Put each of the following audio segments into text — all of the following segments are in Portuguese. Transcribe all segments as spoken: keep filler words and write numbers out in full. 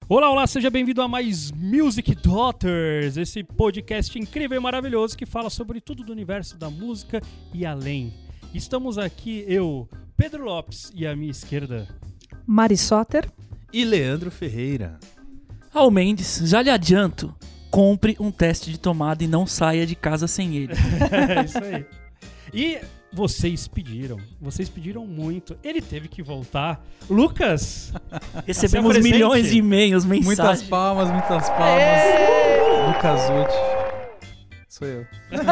Olá, olá, seja bem-vindo a mais Music Daughters, esse podcast incrível e maravilhoso que fala sobre tudo do universo da música e além. Estamos aqui, eu, Pedro Lopes, e à minha esquerda, Mari Soter e Leandro Ferreira. Raul Mendes, já lhe adianto, compre um teste de tomada e não saia de casa sem ele. É isso aí. E vocês pediram, vocês pediram muito, ele teve que voltar. Lucas! Recebemos milhões de e-mails, mensagens. Muitas palmas, muitas palmas. Ei! Lucas Uti. Sou eu.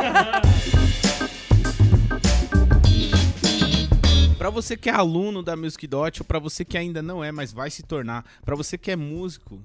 Pra você que é aluno da Music Dot, ou pra você que ainda não é, mas vai se tornar, pra você que é músico,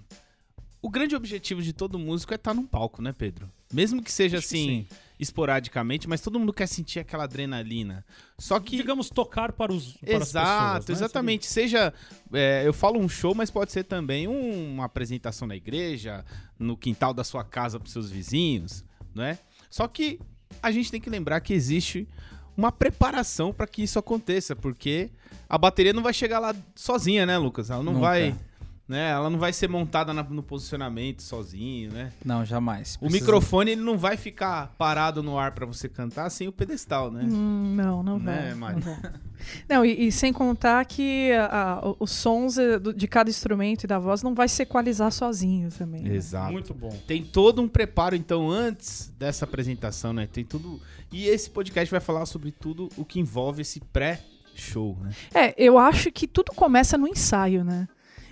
o grande objetivo de todo músico é estar num palco, né, Pedro? Mesmo que seja Acho assim, que esporadicamente, mas todo mundo quer sentir aquela adrenalina. Só que... digamos, tocar para, os, para Exato, as pessoas. Né? Exatamente. Seja, é, eu falo um show, mas pode ser também um, uma apresentação na igreja, no quintal da sua casa para os seus vizinhos, né? Só que a gente tem que lembrar que existe uma preparação para que isso aconteça, porque a bateria não vai chegar lá sozinha, né, Lucas? Ela não Nunca. vai... Né? Ela não vai ser montada na, no posicionamento sozinho, né? Não, jamais. O Precisa... microfone ele não vai ficar parado no ar pra você cantar sem o pedestal, né? Hum, não, não vai. Né, Mari? Não, não e, e sem contar que a, a, os sons de cada instrumento e da voz não vai se equalizar sozinho também. Né? Exato. Muito bom. Tem todo um preparo, então, antes dessa apresentação, né? Tem tudo... E esse podcast vai falar sobre tudo o que envolve esse pré-show, né? É, eu acho que tudo começa no ensaio, né?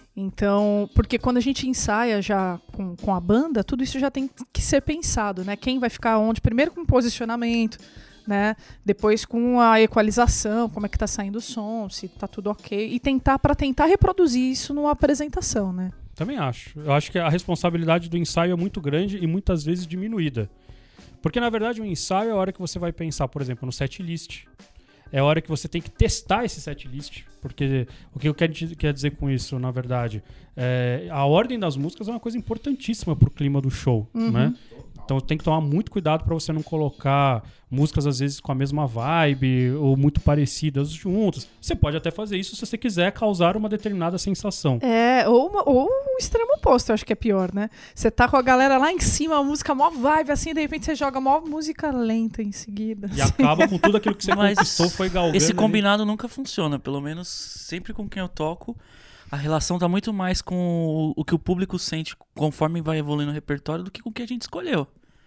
Então, porque quando a gente ensaia já com, com a banda, tudo isso já tem que ser pensado, né? Quem vai ficar onde? Primeiro com o posicionamento, né? Depois com a equalização, como é que tá saindo o som, se tá tudo ok. E tentar, para tentar reproduzir isso numa apresentação, né? Também acho. Eu acho que a responsabilidade do ensaio é muito grande e muitas vezes diminuída. Porque, na verdade, o ensaio é a hora que você vai pensar, por exemplo, no setlist. É a hora que você tem que testar esse setlist, porque o que eu quero quer dizer com isso, na verdade, é, a ordem das músicas é uma coisa importantíssima pro clima do show, uhum. né? Então tem que tomar muito cuidado para você não colocar músicas às vezes com a mesma vibe ou muito parecidas juntas. Você pode até fazer isso se você quiser causar uma determinada sensação. É, ou, uma, ou o extremo oposto, eu acho que é pior, né? Você tá com a galera lá em cima, a música mó vibe, assim, de repente você joga mó música lenta em seguida. E assim. acaba com tudo aquilo que você Mas conquistou, foi galgando. Esse combinado ali. Nunca funciona, pelo menos sempre com quem eu toco. A relação tá muito mais com o, o que o público sente conforme vai evoluindo o repertório do que com o que a gente escolheu.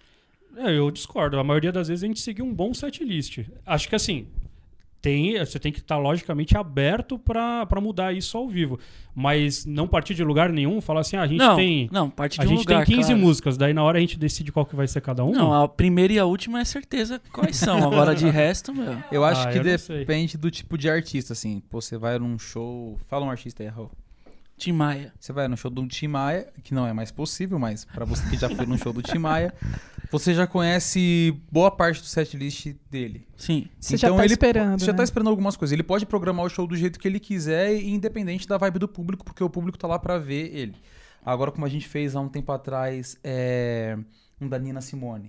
É, eu discordo. A maioria das vezes a gente seguiu um bom setlist. Acho que assim, tem, você tem que estar logicamente aberto pra, pra mudar isso ao vivo. Mas não partir de lugar nenhum, falar assim, ah, a gente não, tem. Não, parte de a um gente lugar, tem quinze cara. músicas, daí na hora a gente decide qual que vai ser cada um. Não, a primeira e a última é certeza quais são. Agora de resto, meu. Eu acho Ah, que eu não sei. depende do tipo de artista, assim. Pô, você vai num show... Fala um artista aí, Raul. Tim Maia. Você vai no show do Tim Maia, que não é mais possível, mas pra você que já foi no show do Tim Maia, você já conhece boa parte do setlist dele. Sim. Você já tá ele, esperando, Você já né? tá esperando algumas coisas. Ele pode programar o show do jeito que ele quiser, independente da vibe do público, porque o público tá lá pra ver ele. Agora, como a gente fez há um tempo atrás, é, um da Nina Simone.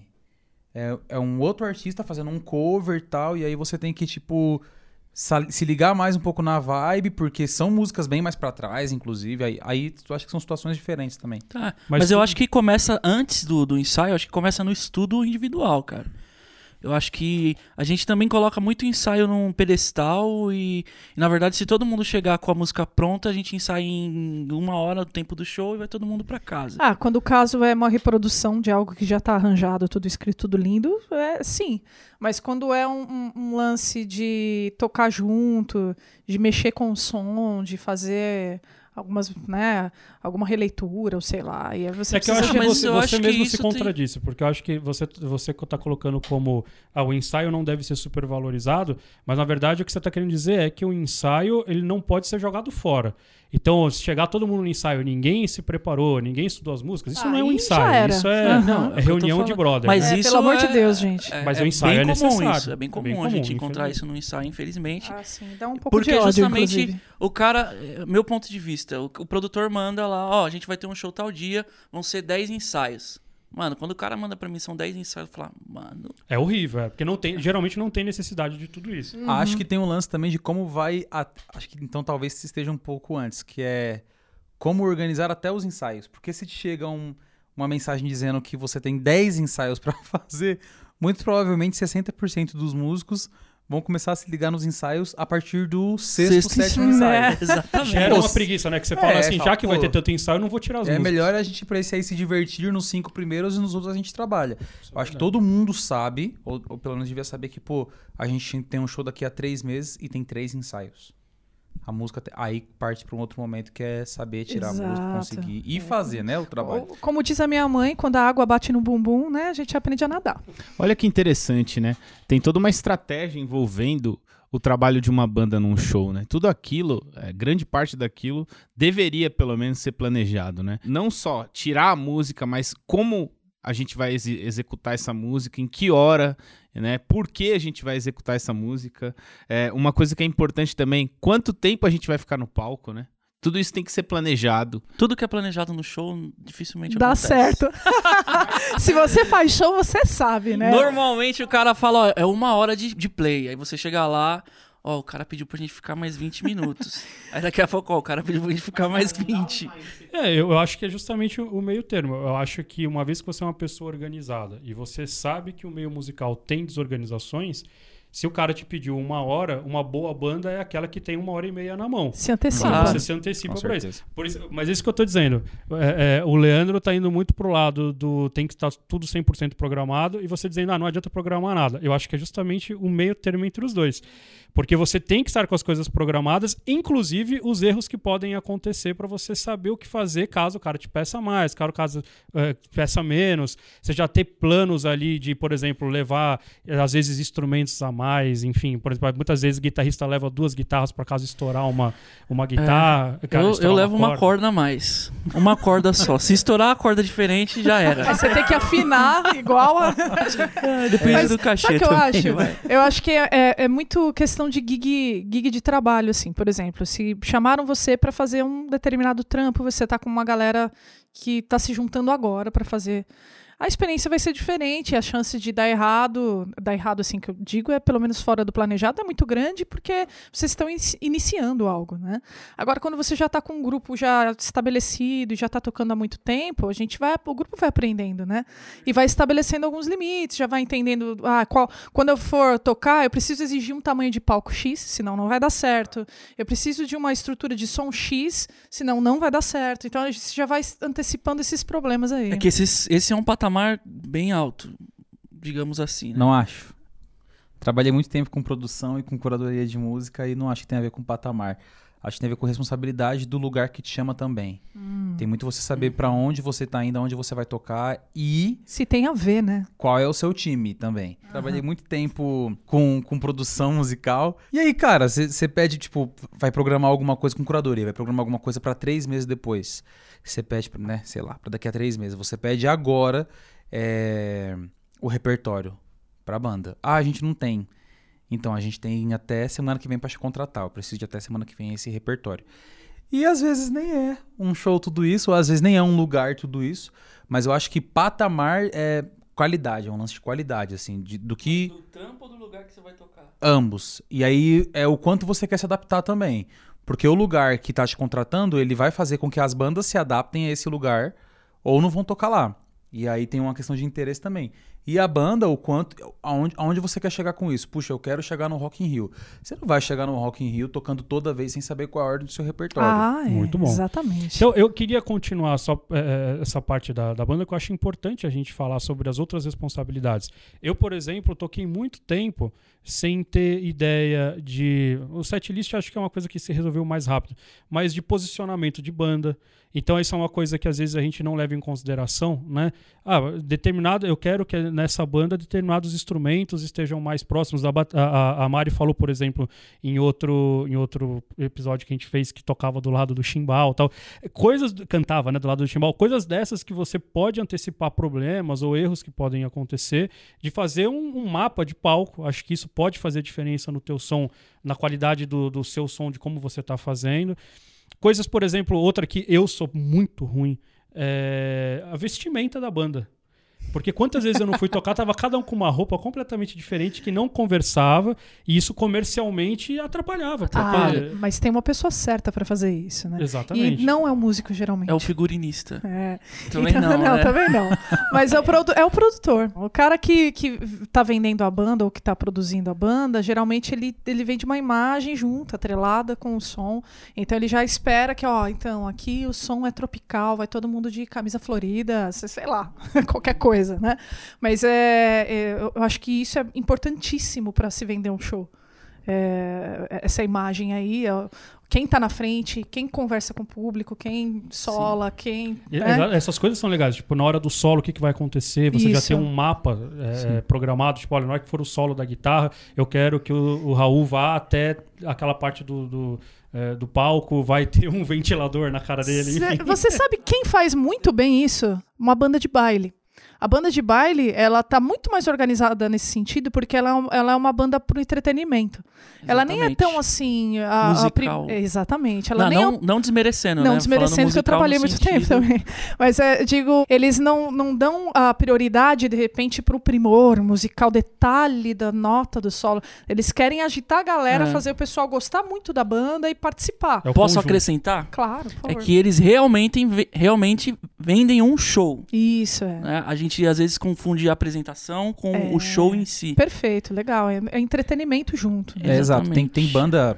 É, é um outro artista fazendo um cover e tal, e aí você tem que, tipo... se ligar mais um pouco na vibe, porque são músicas bem mais pra trás, inclusive. Aí, aí eu acho que são situações diferentes também. Tá. Mas Mas, eu tu- acho que começa antes do, do ensaio, eu acho que começa no estudo individual, cara. Eu acho que a gente também coloca muito ensaio num pedestal e, e, na verdade, se todo mundo chegar com a música pronta, a gente ensaia em uma hora do tempo do show e vai todo mundo pra casa. Ah, quando o caso é uma reprodução de algo que já tá arranjado, tudo escrito, tudo lindo, é sim. Mas quando é um, um, um lance de tocar junto, de mexer com o som, de fazer algumas, né, alguma releitura, ou sei lá, e aí você É que eu acho precisa que de- mas você, eu você acho que mesmo isso se tem- contradisse, porque eu acho que você, você tá colocando como ah, o ensaio não deve ser super valorizado, mas na verdade o que você tá querendo dizer é que o ensaio ele não pode ser jogado fora. Então, se chegar todo mundo no ensaio, ninguém se preparou, ninguém estudou as músicas, isso não é um Aí já ensaio, era. isso é, Aham. Não, é é o que eu tô reunião de falando. brother. Mas né? É, isso pelo amor de é- Deus, gente. É, Mas é o ensaio bem é comum necessário. isso, é bem É comum, bem a comum, gente encontrar infelizmente. isso no ensaio, infelizmente. Ah, sim, dá um pouco Porque de ódio, justamente inclusive. o cara, eh, meu ponto de vista, o, o produtor manda lá, ó, a gente vai ter um show tal dia, vão ser dez ensaios. Mano, quando o cara manda pra mim são dez ensaios, eu falo, mano... É horrível, é, porque não tem, geralmente não tem necessidade de tudo isso. Uhum. Acho que tem um lance também de como vai... A... Acho que então talvez esteja um pouco antes, que é como organizar até os ensaios. Porque se te chega um, uma mensagem dizendo que você tem dez ensaios para fazer, muito provavelmente sessenta por cento dos músicos vão começar a se ligar nos ensaios a partir do sexto, Sexto, sétimo ensaio. né? Exatamente. Gera Pô, uma preguiça, né? Que você fala é, assim, fala, já que vai pô, ter tanto ensaio, eu não vou tirar as É músicas. melhor a gente, pra esse aí, se divertir nos cinco primeiros e nos outros a gente trabalha. Isso Eu é acho que verdade. todo mundo sabe, ou, ou pelo menos devia saber que, pô, a gente tem um show daqui a três meses e tem três ensaios. A música, te- aí parte pra um outro momento que é saber tirar a música, Exato. conseguir e fazer, né, o trabalho. Ou, como diz a minha mãe, quando a água bate no bumbum, né, a gente aprende a nadar. Olha que interessante, né? Tem toda uma estratégia envolvendo o trabalho de uma banda num show, né? Tudo aquilo, é, grande parte daquilo, deveria pelo menos ser planejado, né? Não só tirar a música, mas como a gente vai exe- executar essa música, em que hora, né? Por que a gente vai executar essa música? É, uma coisa que é importante também, quanto tempo a gente vai ficar no palco, né? Tudo isso tem que ser planejado. Tudo que é planejado no show dificilmente Dá acontece. certo. Se você faz show, você sabe, né? Normalmente o cara fala, ó, é uma hora de, de play. Aí você chega lá, ó, o cara pediu pra gente ficar mais vinte minutos. Aí daqui a pouco, ó, o cara pediu pra gente ficar mais vinte. É, eu, eu acho que é justamente o, o meio termo. Eu acho que uma vez que você é uma pessoa organizada e você sabe que o meio musical tem desorganizações, se o cara te pediu uma hora, uma boa banda é aquela que tem uma hora e meia na mão. Se antecipa. Claro. Você se antecipa Com pra isso. certeza. Por isso. Mas é isso que eu tô dizendo. É, é, o Leandro tá indo muito pro lado do tem que estar tudo cem por cento programado e você dizendo, ah, não adianta programar nada. Eu acho que é justamente o meio termo entre os dois. Porque você tem que estar com as coisas programadas, inclusive os erros que podem acontecer para você saber o que fazer caso o cara te peça mais, caso o caso é, te peça menos. Você já ter planos ali de, por exemplo, levar, às vezes, instrumentos a mais, enfim. Por exemplo, muitas vezes o guitarrista leva duas guitarras para caso estourar uma, uma guitarra. cara, Eu, estourar eu levo uma corda a mais. Uma corda só. Se estourar a corda diferente, já era. Aí você tem que afinar igual a... Depende Mas do cachê sabe o que eu também, acho? vai. Eu acho que é, é- é muito questão de gig, gig de trabalho, assim. Por exemplo, se chamaram você para fazer um determinado trampo, você tá com uma galera que tá se juntando agora para fazer... A experiência vai ser diferente, a chance de dar errado, dar errado assim que eu digo, é pelo menos fora do planejado, é muito grande porque vocês estão inici- iniciando algo, né? Agora, quando você já está com um grupo já estabelecido e já está tocando há muito tempo, a gente vai, o grupo vai aprendendo, né? E vai estabelecendo alguns limites, já vai entendendo, ah, qual, quando eu for tocar, eu preciso exigir um tamanho de palco X, senão não vai dar certo. Eu preciso de uma estrutura de som X, senão não vai dar certo. Então a gente já vai antecipando esses problemas aí. É que esse, esse é um patamar bem alto, digamos assim, né? Não acho. Trabalhei muito tempo com produção e com curadoria de música e não acho que tem a ver com patamar. Acho que tem a ver com responsabilidade do lugar que te chama também. Hum. Tem muito você saber pra onde você tá indo, aonde você vai tocar e Se tem a ver, né? qual é o seu time também. Trabalhei muito tempo com, com produção musical. E aí, cara, você pede, tipo, vai programar alguma coisa com curadoria, vai programar alguma coisa pra três meses depois. Você pede, né, sei lá, pra daqui a três meses. Você pede agora é, o repertório pra banda. Ah, a gente não tem. Então, a gente tem até semana que vem pra te contratar. Eu preciso de até semana que vem esse repertório. E às vezes nem é um show tudo isso, ou às vezes nem é um lugar tudo isso. Mas eu acho que patamar é qualidade, é um lance de qualidade, assim, de- do que Do trampo ou do lugar que você vai tocar? ambos. E aí é o quanto você quer se adaptar também. Porque o lugar que tá te contratando, ele vai fazer com que as bandas se adaptem a esse lugar ou não vão tocar lá. E aí tem uma questão de interesse também. E a banda, o quanto, aonde, aonde você quer chegar com isso? Puxa, eu quero chegar no Rock in Rio. Você não vai chegar no Rock in Rio tocando toda vez sem saber qual é a ordem do seu repertório. Ah, é. Muito bom. Exatamente. Então, eu queria continuar só eh, essa parte da, da banda, que eu acho importante a gente falar sobre as outras responsabilidades. Eu, por exemplo, toquei muito tempo sem ter ideia de... O setlist acho que é uma coisa que se resolveu mais rápido, mas de posicionamento de banda. Então, isso é uma coisa que às vezes a gente não leva em consideração, né? Ah, determinado... Eu quero que nessa banda determinados instrumentos estejam mais próximos. A, bat- a, a Mari falou, por exemplo, em outro, em outro episódio que a gente fez, que tocava do lado do chimbal e tal. Coisas... Cantava, né? Do lado do chimbal. Coisas dessas que você pode antecipar problemas ou erros que podem acontecer, de fazer um, um mapa de palco. Acho que isso pode fazer diferença no teu som, na qualidade do, do seu som, de como você está fazendo. Coisas, por exemplo, outra que eu sou muito ruim, é a vestimenta da banda. Porque quantas vezes eu não fui tocar, tava cada um com uma roupa completamente diferente, que não conversava, e isso comercialmente atrapalhava. Porque... Ah, mas tem uma pessoa certa pra fazer isso, né? Exatamente. E não é o músico, geralmente. É o figurinista. É. Também Então, não, não né? também não. Mas é o, produ- é o produtor. O cara que, que tá vendendo a banda ou que tá produzindo a banda, geralmente ele, ele vende uma imagem junto, atrelada com o som. Então ele já espera que, ó, então, aqui o som é tropical, vai todo mundo de camisa florida, sei lá, qualquer coisa, né? Mas é, é, eu acho que isso é importantíssimo para se vender um show. É, essa imagem aí, ó, quem tá na frente, quem conversa com o público, quem sola, Sim. quem... E, né? Essas coisas são legais. Tipo, na hora do solo, o que, que vai acontecer? Você Isso. já tem um mapa é, programado. Tipo, olha, na hora que for o solo da guitarra, eu quero que o, o Raul vá até aquela parte do... do É, do palco, vai ter um ventilador na cara dele. Cê, você sabe quem faz muito bem isso? Uma banda de baile. A banda de baile, ela tá muito mais organizada nesse sentido, porque ela, ela é uma banda pro entretenimento. Exatamente. Ela nem é tão assim... A, musical. A, exatamente. Ela não, nem não, é, não desmerecendo, não né? desmerecendo, porque eu trabalhei muito sentido... tempo também. Mas, é, digo, eles não, não dão a prioridade, de repente, pro primor musical, detalhe da nota do solo. Eles querem agitar a galera, é. fazer o pessoal gostar muito da banda e participar. É Posso conjunto. acrescentar? Claro, por favor. É que eles realmente, realmente vendem um show. Isso, é. Né? A gente, às vezes, confunde a apresentação com é. o show em si. Perfeito, legal. É, é entretenimento junto. É, exato. Tem, tem banda...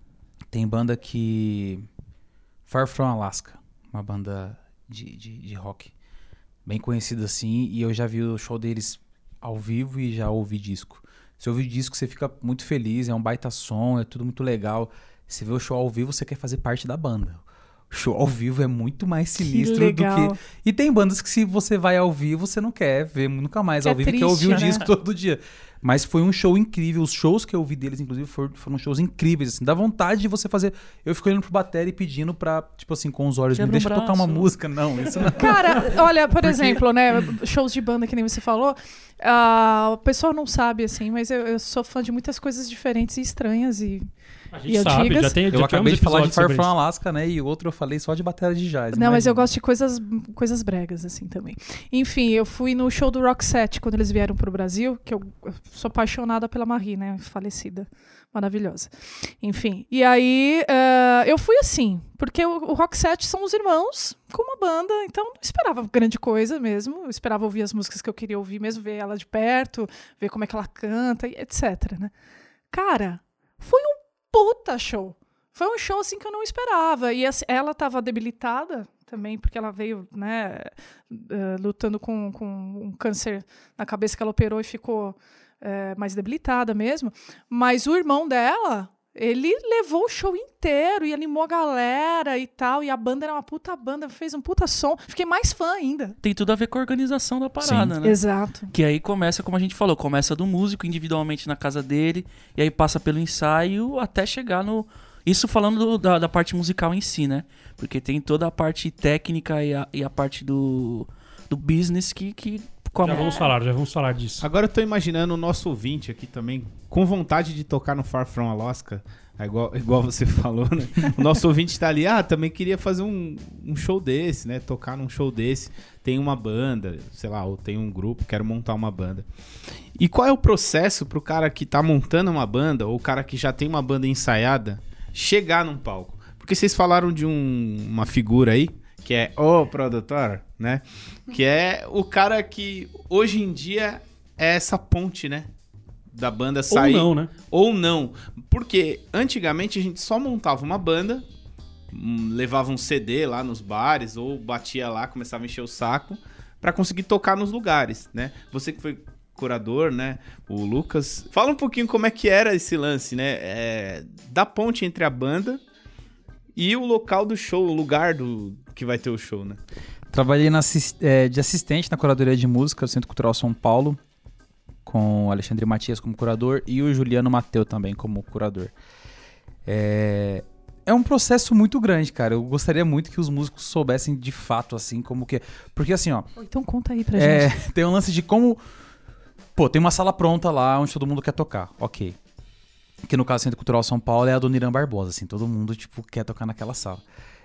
Tem banda que... Far From Alaska. Uma banda de, de, de rock. Bem conhecida assim. E eu já vi o show deles ao vivo e já ouvi disco. Se ouvir disco, você fica muito feliz. É um baita som, é tudo muito legal. Se vê o show ao vivo, você quer fazer parte da banda. O show ao vivo é muito mais sinistro que legal. do que... E tem bandas que se você vai ao vivo, você não quer ver nunca mais que ao é vivo, triste, quer ouvir né? o disco todo dia. Mas foi um show incrível. Os shows que eu vi deles, inclusive, foram, foram shows incríveis. Assim, dá vontade de você fazer... Eu fico olhando pro bateria e pedindo pra, tipo assim, com os olhos, me deixa tocar uma música. Não, isso não. Cara, olha, por Porque... exemplo, né, shows de banda, que nem você falou, uh, o pessoal não sabe, assim, mas eu, eu sou fã de muitas coisas diferentes e estranhas e... A gente e sabe, digas, já tem Eu já acabei de falar de Far From isso. Alaska, né? E o outro eu falei só de bateria de jazz. Não, imagina. mas eu gosto de coisas, coisas bregas, assim, também. Enfim, eu fui no show do Rock Set, quando eles vieram pro Brasil, que eu, eu sou apaixonada pela Marie, né? Falecida. Maravilhosa. Enfim, e aí uh, eu fui assim, porque o, o Rock Set são os irmãos com uma banda, então não esperava grande coisa mesmo. Eu esperava ouvir as músicas que eu queria ouvir mesmo, ver ela de perto, ver como é que ela canta, e etc, né? Cara, foi um puta show. Foi um show assim que eu não esperava. E assim, ela estava debilitada também, porque ela veio, né, uh, lutando com, com um câncer na cabeça que ela operou e ficou uh, mais debilitada mesmo. Mas o irmão dela, ele levou o show inteiro e animou a galera e tal. E a banda era uma puta banda, fez um puta som. Fiquei mais fã ainda. Tem tudo a ver com a organização da parada, Sim. né? Exato. Que aí começa, como a gente falou, começa do músico individualmente na casa dele, e aí passa pelo ensaio até chegar no... Isso falando do, da, da parte musical em si, né? Porque tem toda a parte técnica e a, e a parte do, do business que... que com a... Já vamos falar, já vamos falar disso. Agora eu tô imaginando o nosso ouvinte aqui também, com vontade de tocar no Far From Alaska, igual, igual você falou, né? O nosso ouvinte tá ali, ah, também queria fazer um, um show desse, né? Tocar num show desse. Tem uma banda, sei lá, ou tem um grupo, quero montar uma banda. E qual é o processo pro cara que tá montando uma banda, ou o cara que já tem uma banda ensaiada, chegar num palco? Porque vocês falaram de um, uma figura aí, que é o produtor, né? Que é o cara que hoje em dia é essa ponte, né? Da banda sair. Ou não, né? Ou não. Porque antigamente a gente só montava uma banda, levava um C D lá nos bares, ou batia lá, começava a encher o saco, pra conseguir tocar nos lugares, né? Você que foi curador, né? O Lucas. Fala um pouquinho como é que era esse lance, né? É, da ponte entre a banda e o local do show, o lugar do que vai ter o show, né? Trabalhei na, é, de assistente na curadoria de música do Centro Cultural São Paulo, com o Alexandre Matias como curador e o Juliano Mateu também como curador. É... É um processo muito grande, cara. Eu gostaria muito que os músicos soubessem de fato, assim, como que... Porque assim, ó... Então conta aí pra é, gente. Tem um lance de como... Pô, tem uma sala pronta lá onde todo mundo quer tocar. Ok. Que no caso do Centro Cultural São Paulo é a Dona Irã Barbosa, assim. Todo mundo, tipo, quer tocar naquela sala.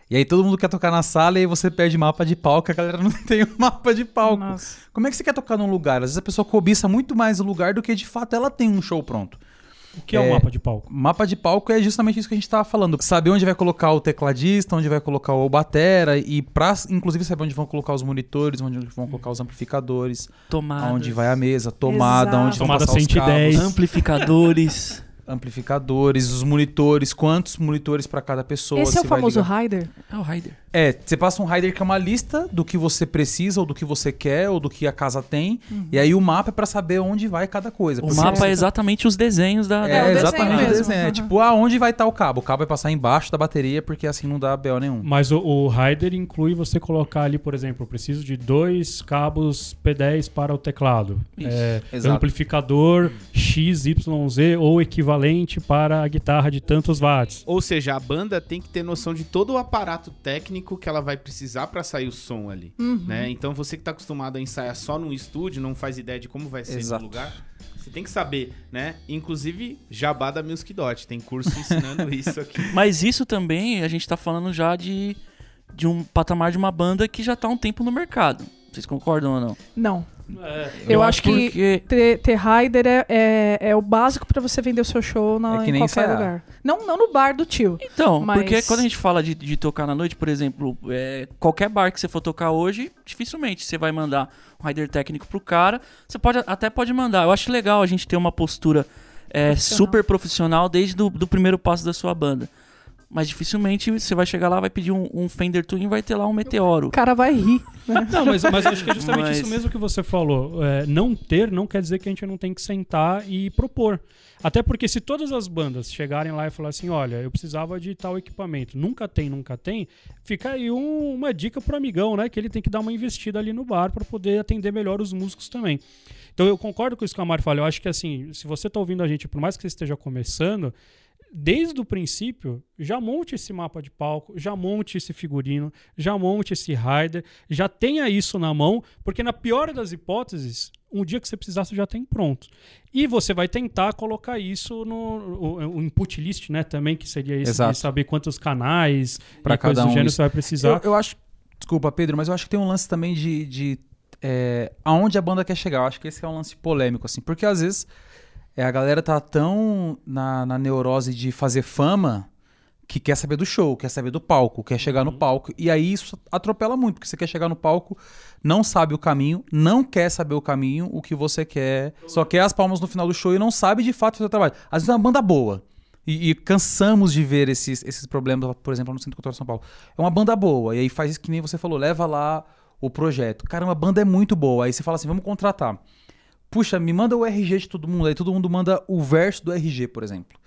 E aí todo mundo quer tocar na sala e aí você perde mapa de palco, a galera não tem um mapa de palco. Nossa. Como é que você quer tocar num lugar? Às vezes a pessoa cobiça muito mais o lugar do que de fato ela tem um show pronto. O que é, É, o mapa de palco? Mapa de palco é justamente isso que a gente tava falando. Saber onde vai colocar o tecladista, onde vai colocar o batera e pra, inclusive, saber onde vão colocar os monitores, onde vão colocar os amplificadores, Tomadas, aonde vai a mesa, tomada, Exato. onde vão Tomada passar os cento e dez. cabos, amplificadores. amplificadores, os monitores, quantos monitores pra cada pessoa. Esse é o se vai famoso ligar. rider? É o Rider. É, você passa um rider que é uma lista do que você precisa, ou do que você quer, ou do que a casa tem. Uhum. E aí o mapa é pra saber onde vai cada coisa. O Porque mapa você- é exatamente os desenhos da... É, É, o desenho exatamente o mesmo. desenho. É Uhum. tipo, aonde vai estar o cabo? O cabo vai passar embaixo da bateria, porque assim não dá B O nenhum. Mas o, o rider inclui você colocar ali, por exemplo, eu preciso de dois cabos P dez para o teclado. Isso, É, exato. amplificador X Y Z ou equivalente para a guitarra de tantos watts. Ou seja, a banda tem que ter noção de todo o aparato técnico que ela vai precisar pra sair o som ali, Uhum. né? Então você que tá acostumado a ensaiar só num estúdio, não faz ideia de como vai ser Exato. no lugar, você tem que saber, né? Inclusive, jabá da Music Dot, tem curso ensinando isso aqui. Mas isso também, a gente tá falando já de, de um patamar de uma banda que já tá há um tempo no mercado. Vocês concordam ou não? Não. É, Eu acho que Porque... ter, ter rider é, é, é o básico pra você vender o seu show na, É que em nem qualquer ensaiar. lugar. Não, não no bar do tio. Então, Mas- porque quando a gente fala de, de tocar na noite, por exemplo, é, qualquer bar que você for tocar hoje, dificilmente você vai mandar um rider técnico pro cara. Você pode, até pode mandar. Eu acho legal a gente ter uma postura é, Profissional. super profissional desde do, do primeiro passo da sua banda. Mas dificilmente você vai chegar lá, vai pedir um, um Fender Twin e vai ter lá um Meteoro. O cara vai rir. Né? Não, mas, mas acho que é justamente Mas- isso mesmo que você falou. É, não ter não quer dizer que a gente não tem que sentar e propor. Até porque se todas as bandas chegarem lá e falar assim, olha, eu precisava de tal equipamento, nunca tem, nunca tem, fica aí um- uma dica pro amigão, né? Que ele tem que dar uma investida ali no bar para poder atender melhor os músicos também. Então eu concordo com isso que a Mari fala. Eu acho que assim, se você tá ouvindo a gente, por mais que você esteja começando, desde o princípio, já monte esse mapa de palco, já monte esse figurino, já monte esse rider, já tenha isso na mão, porque na pior das hipóteses, um dia que você precisar, você já tem pronto. E você vai tentar colocar isso no o, o input list, né, também, que seria isso Exato. de saber quantos canais Pra e coisas cada do um gênero isso. você vai precisar. Eu, eu acho. Desculpa, Pedro, mas eu acho que tem um lance também de. de é, aonde a banda quer chegar. Eu acho que esse é um lance polêmico, assim. Porque às vezes é, a galera tá tão na, na neurose de fazer fama que quer saber do show, quer saber do palco, quer chegar no palco. E aí isso atropela muito, porque você quer chegar no palco, não sabe o caminho, não quer saber o caminho, o que você quer, só quer as palmas no final do show e não sabe de fato fazer o trabalho. Às vezes é uma banda boa. E, e cansamos de ver esses, esses problemas, por exemplo, no Centro Cultural de São Paulo. É uma banda boa, e aí faz isso que nem você falou, leva lá o projeto. Caramba, a banda é muito boa. Aí você fala assim, vamos contratar. Puxa, me manda o R G de todo mundo. Aí todo mundo manda o verso do R G, por exemplo.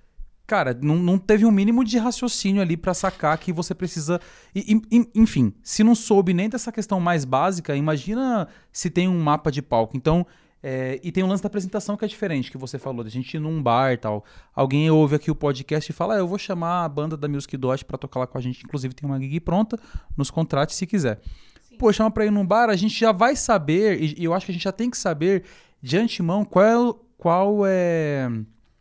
Cara, não, não teve um mínimo de raciocínio ali pra sacar que você precisa... E, e, enfim, se não soube nem dessa questão mais básica, imagina se tem um mapa de palco. Então... É, e tem o lance da apresentação que é diferente, que você falou, da gente ir num bar e tal. Alguém ouve aqui o podcast e fala, ah, eu vou chamar a banda da Music Dot pra tocar lá com a gente. Inclusive tem uma gig pronta, nos contrate se quiser. Sim. Pô, chama pra ir num bar, a gente já vai saber, e, e eu acho que a gente já tem que saber de antemão qual é, qual é,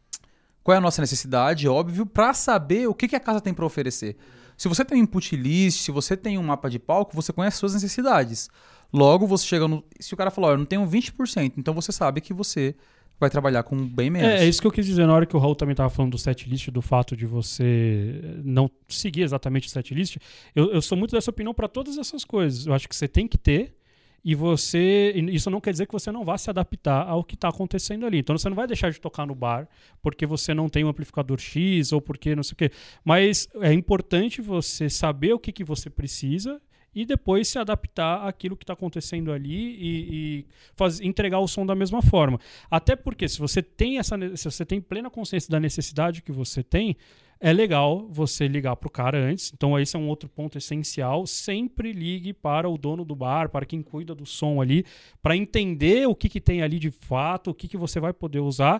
qual é a nossa necessidade, óbvio, pra saber o que, que a casa tem pra oferecer. Se você tem um input list, se você tem um mapa de palco, você conhece suas necessidades. Logo, você chega no... Se o cara falar, oh, eu não tenho vinte por cento, então você sabe que você vai trabalhar com bem menos. É, é isso que eu quis dizer na hora que o Raul também estava falando do setlist, do fato de você não seguir exatamente o setlist. Eu, eu sou muito dessa opinião para todas essas coisas. Eu acho que você tem que ter e você... Isso não quer dizer que você não vá se adaptar ao que está acontecendo ali. Então você não vai deixar de tocar no bar porque você não tem um amplificador X ou porque não sei o quê. Mas é importante você saber o que, que você precisa e depois se adaptar àquilo que está acontecendo ali e, e faz, entregar o som da mesma forma. Até porque se você tem essa, se você tem plena consciência da necessidade que você tem, é legal você ligar para o cara antes. Então esse é um outro ponto essencial. Sempre ligue para o dono do bar, para quem cuida do som ali, para entender o que, que tem ali de fato, o que, que você vai poder usar,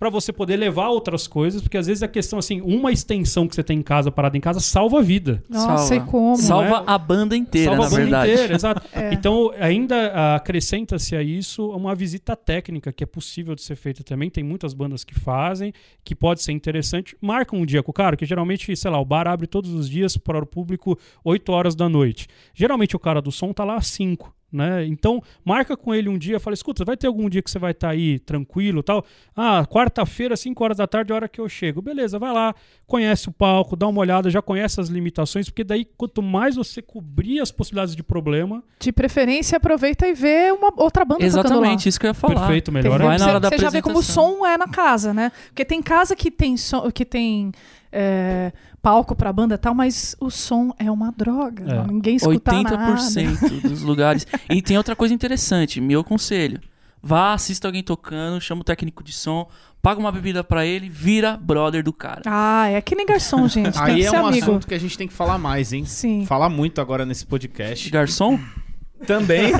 pra você poder levar outras coisas, porque às vezes a questão, assim, uma extensão que você tem em casa, parada em casa, salva a vida. Nossa, Salva. e como? Salva né? a banda inteira, Salva na a banda verdade. inteira, exato. É. Então, ainda acrescenta-se a isso uma visita técnica que é possível de ser feita também. Tem muitas bandas que fazem, que pode ser interessante. Marca um dia com o cara, que geralmente, sei lá, o bar abre todos os dias para o público oito horas da noite. Geralmente o cara do som tá lá às cinco. Né? Então, marca com ele um dia, fala, escuta, vai ter algum dia que você vai estar tá aí tranquilo e tal? Ah, quarta-feira, cinco horas da tarde, é a hora que eu chego. Beleza, vai lá, conhece o palco, dá uma olhada, já conhece as limitações, porque daí, quanto mais você cobrir as possibilidades de problema... De preferência, aproveita e vê uma outra banda tocando lá. Exatamente, isso que eu ia falar. Perfeito, melhor Tem- Vai na hora da Você já vê como o apresentação. som é na casa, né? Porque tem casa que tem, som, que tem é, palco pra banda e tal, mas o som é uma droga. É. Ninguém escuta oitenta por nada. cento dos lugares. E tem outra coisa interessante, meu conselho. Vá, assista alguém tocando, chama o técnico de som, paga uma bebida pra ele, vira brother do cara. Ah, é que nem garçom, gente. Tem Aí que é ser um amigo. assunto que a gente tem que falar mais, hein? Sim. Falar muito agora nesse podcast. Garçom? Também.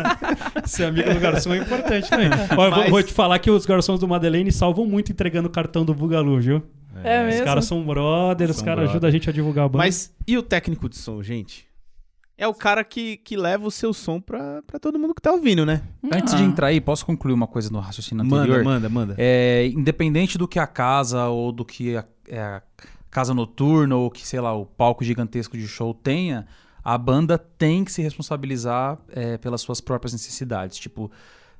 Ser amigo do garçom é importante também. Olha, eu vou, Mas- vou te falar que os garçons do Madeleine salvam muito entregando o cartão do Bugalu, viu? É Os mesmo? caras são brothers, os São caras brother. ajudam a gente a divulgar a banda. Mas e o técnico de som, gente? É o cara que, que leva o seu som pra, pra todo mundo que tá ouvindo, né? Antes Ah. de entrar aí, posso concluir uma coisa no raciocínio anterior? Manda, manda, manda. É, independente do que a casa ou do que a, é, a casa noturna ou que, sei lá, o palco gigantesco de show tenha, a banda tem que se responsabilizar é, pelas suas próprias necessidades. Tipo,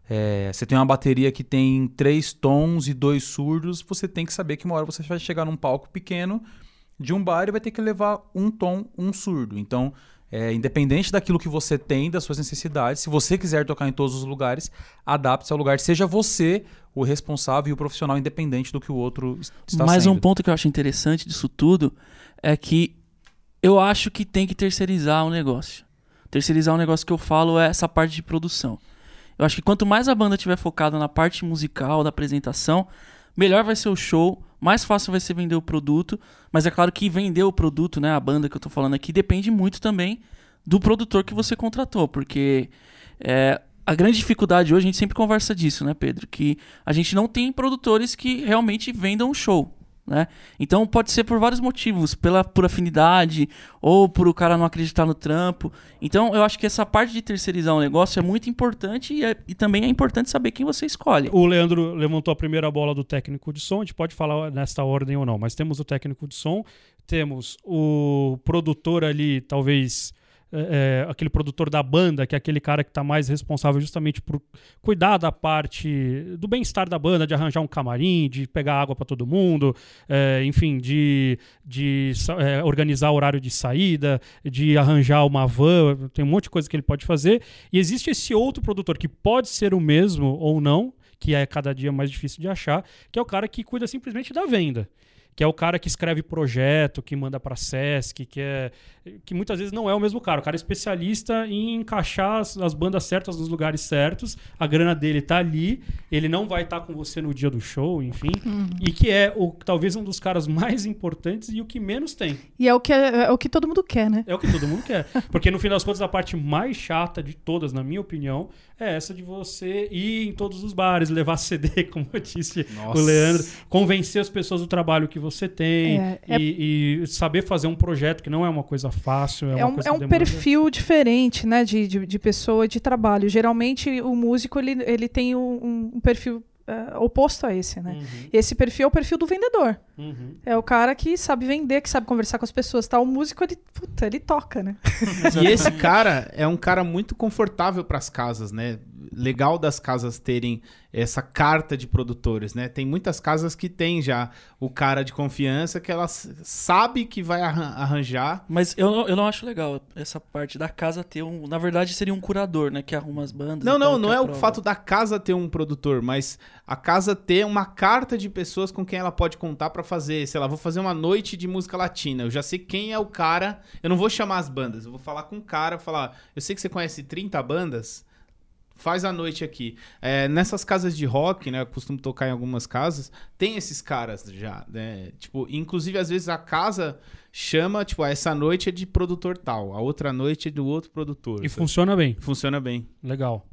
é, você tem uma bateria que tem três tons e dois surdos, você tem que saber que uma hora você vai chegar num palco pequeno de um bar e vai ter que levar um tom, um surdo. Então, é, independente daquilo que você tem, das suas necessidades, se você quiser tocar em todos os lugares, adapte-se ao lugar. Seja você o responsável e o profissional, independente do que o outro es- está Mais sendo. um ponto que eu acho interessante disso tudo é que eu acho que tem que terceirizar o negócio. Terceirizar o negócio que eu falo é essa parte de produção. Eu acho que quanto mais a banda estiver focada na parte musical, da apresentação, melhor vai ser o show, mais fácil vai ser vender o produto. Mas é claro que vender o produto, né, a banda que eu tô falando aqui, depende muito também do produtor que você contratou. Porque é, a grande dificuldade hoje, a gente sempre conversa disso, né, Pedro? Que a gente não tem produtores que realmente vendam o show. Né? Então pode ser por vários motivos, pela, por afinidade ou por o cara não acreditar no trampo. Então eu acho que essa parte de terceirizar um negócio é muito importante e, é- e também é importante saber quem você escolhe. O Leandro levantou a primeira bola do técnico de som, a gente pode falar nesta ordem ou não, mas temos o técnico de som, temos o produtor ali, talvez é, é, aquele produtor da banda, que é aquele cara que está mais responsável justamente por cuidar da parte do bem-estar da banda, de arranjar um camarim, de pegar água para todo mundo, é, enfim, de, de é, organizar o horário de saída, de arranjar uma van, tem um monte de coisa que ele pode fazer. E existe esse outro produtor que pode ser o mesmo ou não, que é cada dia mais difícil de achar, que é o cara que cuida simplesmente da venda. Que é o cara que escreve projeto, que manda pra Sesc, que é que muitas vezes não é o mesmo cara. O cara é especialista em encaixar as, as bandas certas nos lugares certos. A grana dele tá ali, ele não vai estar com você no dia do show, enfim. E que é o, talvez um dos caras mais importantes e o que menos tem. E é o, que, é, é o que todo mundo quer, né? É o que todo mundo quer. Porque no fim das contas, a parte mais chata de todas, na minha opinião, é essa de você ir em todos os bares, levar C D, como eu disse Nossa. o Leandro, convencer as pessoas do trabalho que você tem É, é- e, e saber fazer um projeto que não é uma coisa fácil. É, É uma um, coisa é que um demanda- perfil diferente, né, de, de, de pessoa e de trabalho. Geralmente, o músico, ele, ele tem um, um perfil é, oposto a esse, né? Uhum, Esse perfil é o perfil do vendedor. uhum. É o cara que sabe vender, que sabe conversar com as pessoas. Tá? O músico, ele, puta, ele toca, né? E esse cara é um cara muito confortável pras casas, né? Legal das casas terem essa carta de produtores, né? Tem muitas casas que tem já o cara de confiança que ela s- sabe que vai arran- arranjar. Mas eu, não- eu não acho legal essa parte da casa ter um... Na verdade seria um curador, né? Que arruma as bandas. Não, e não, tal, não que é o aprova. fato da casa ter um produtor, mas a casa ter uma carta de pessoas com quem ela pode contar pra fazer, sei lá, vou fazer uma noite de música latina, eu já sei quem é o cara, eu não vou chamar as bandas, eu vou falar com o cara, falar, eu sei que você conhece trinta bandas, faz a noite aqui. É, nessas casas de rock, né, eu costumo tocar em algumas casas, tem esses caras já, né, tipo, inclusive às vezes a casa chama, tipo, ah, essa noite é de produtor tal, a outra noite é do outro produtor. E funciona bem. Funciona bem. Legal.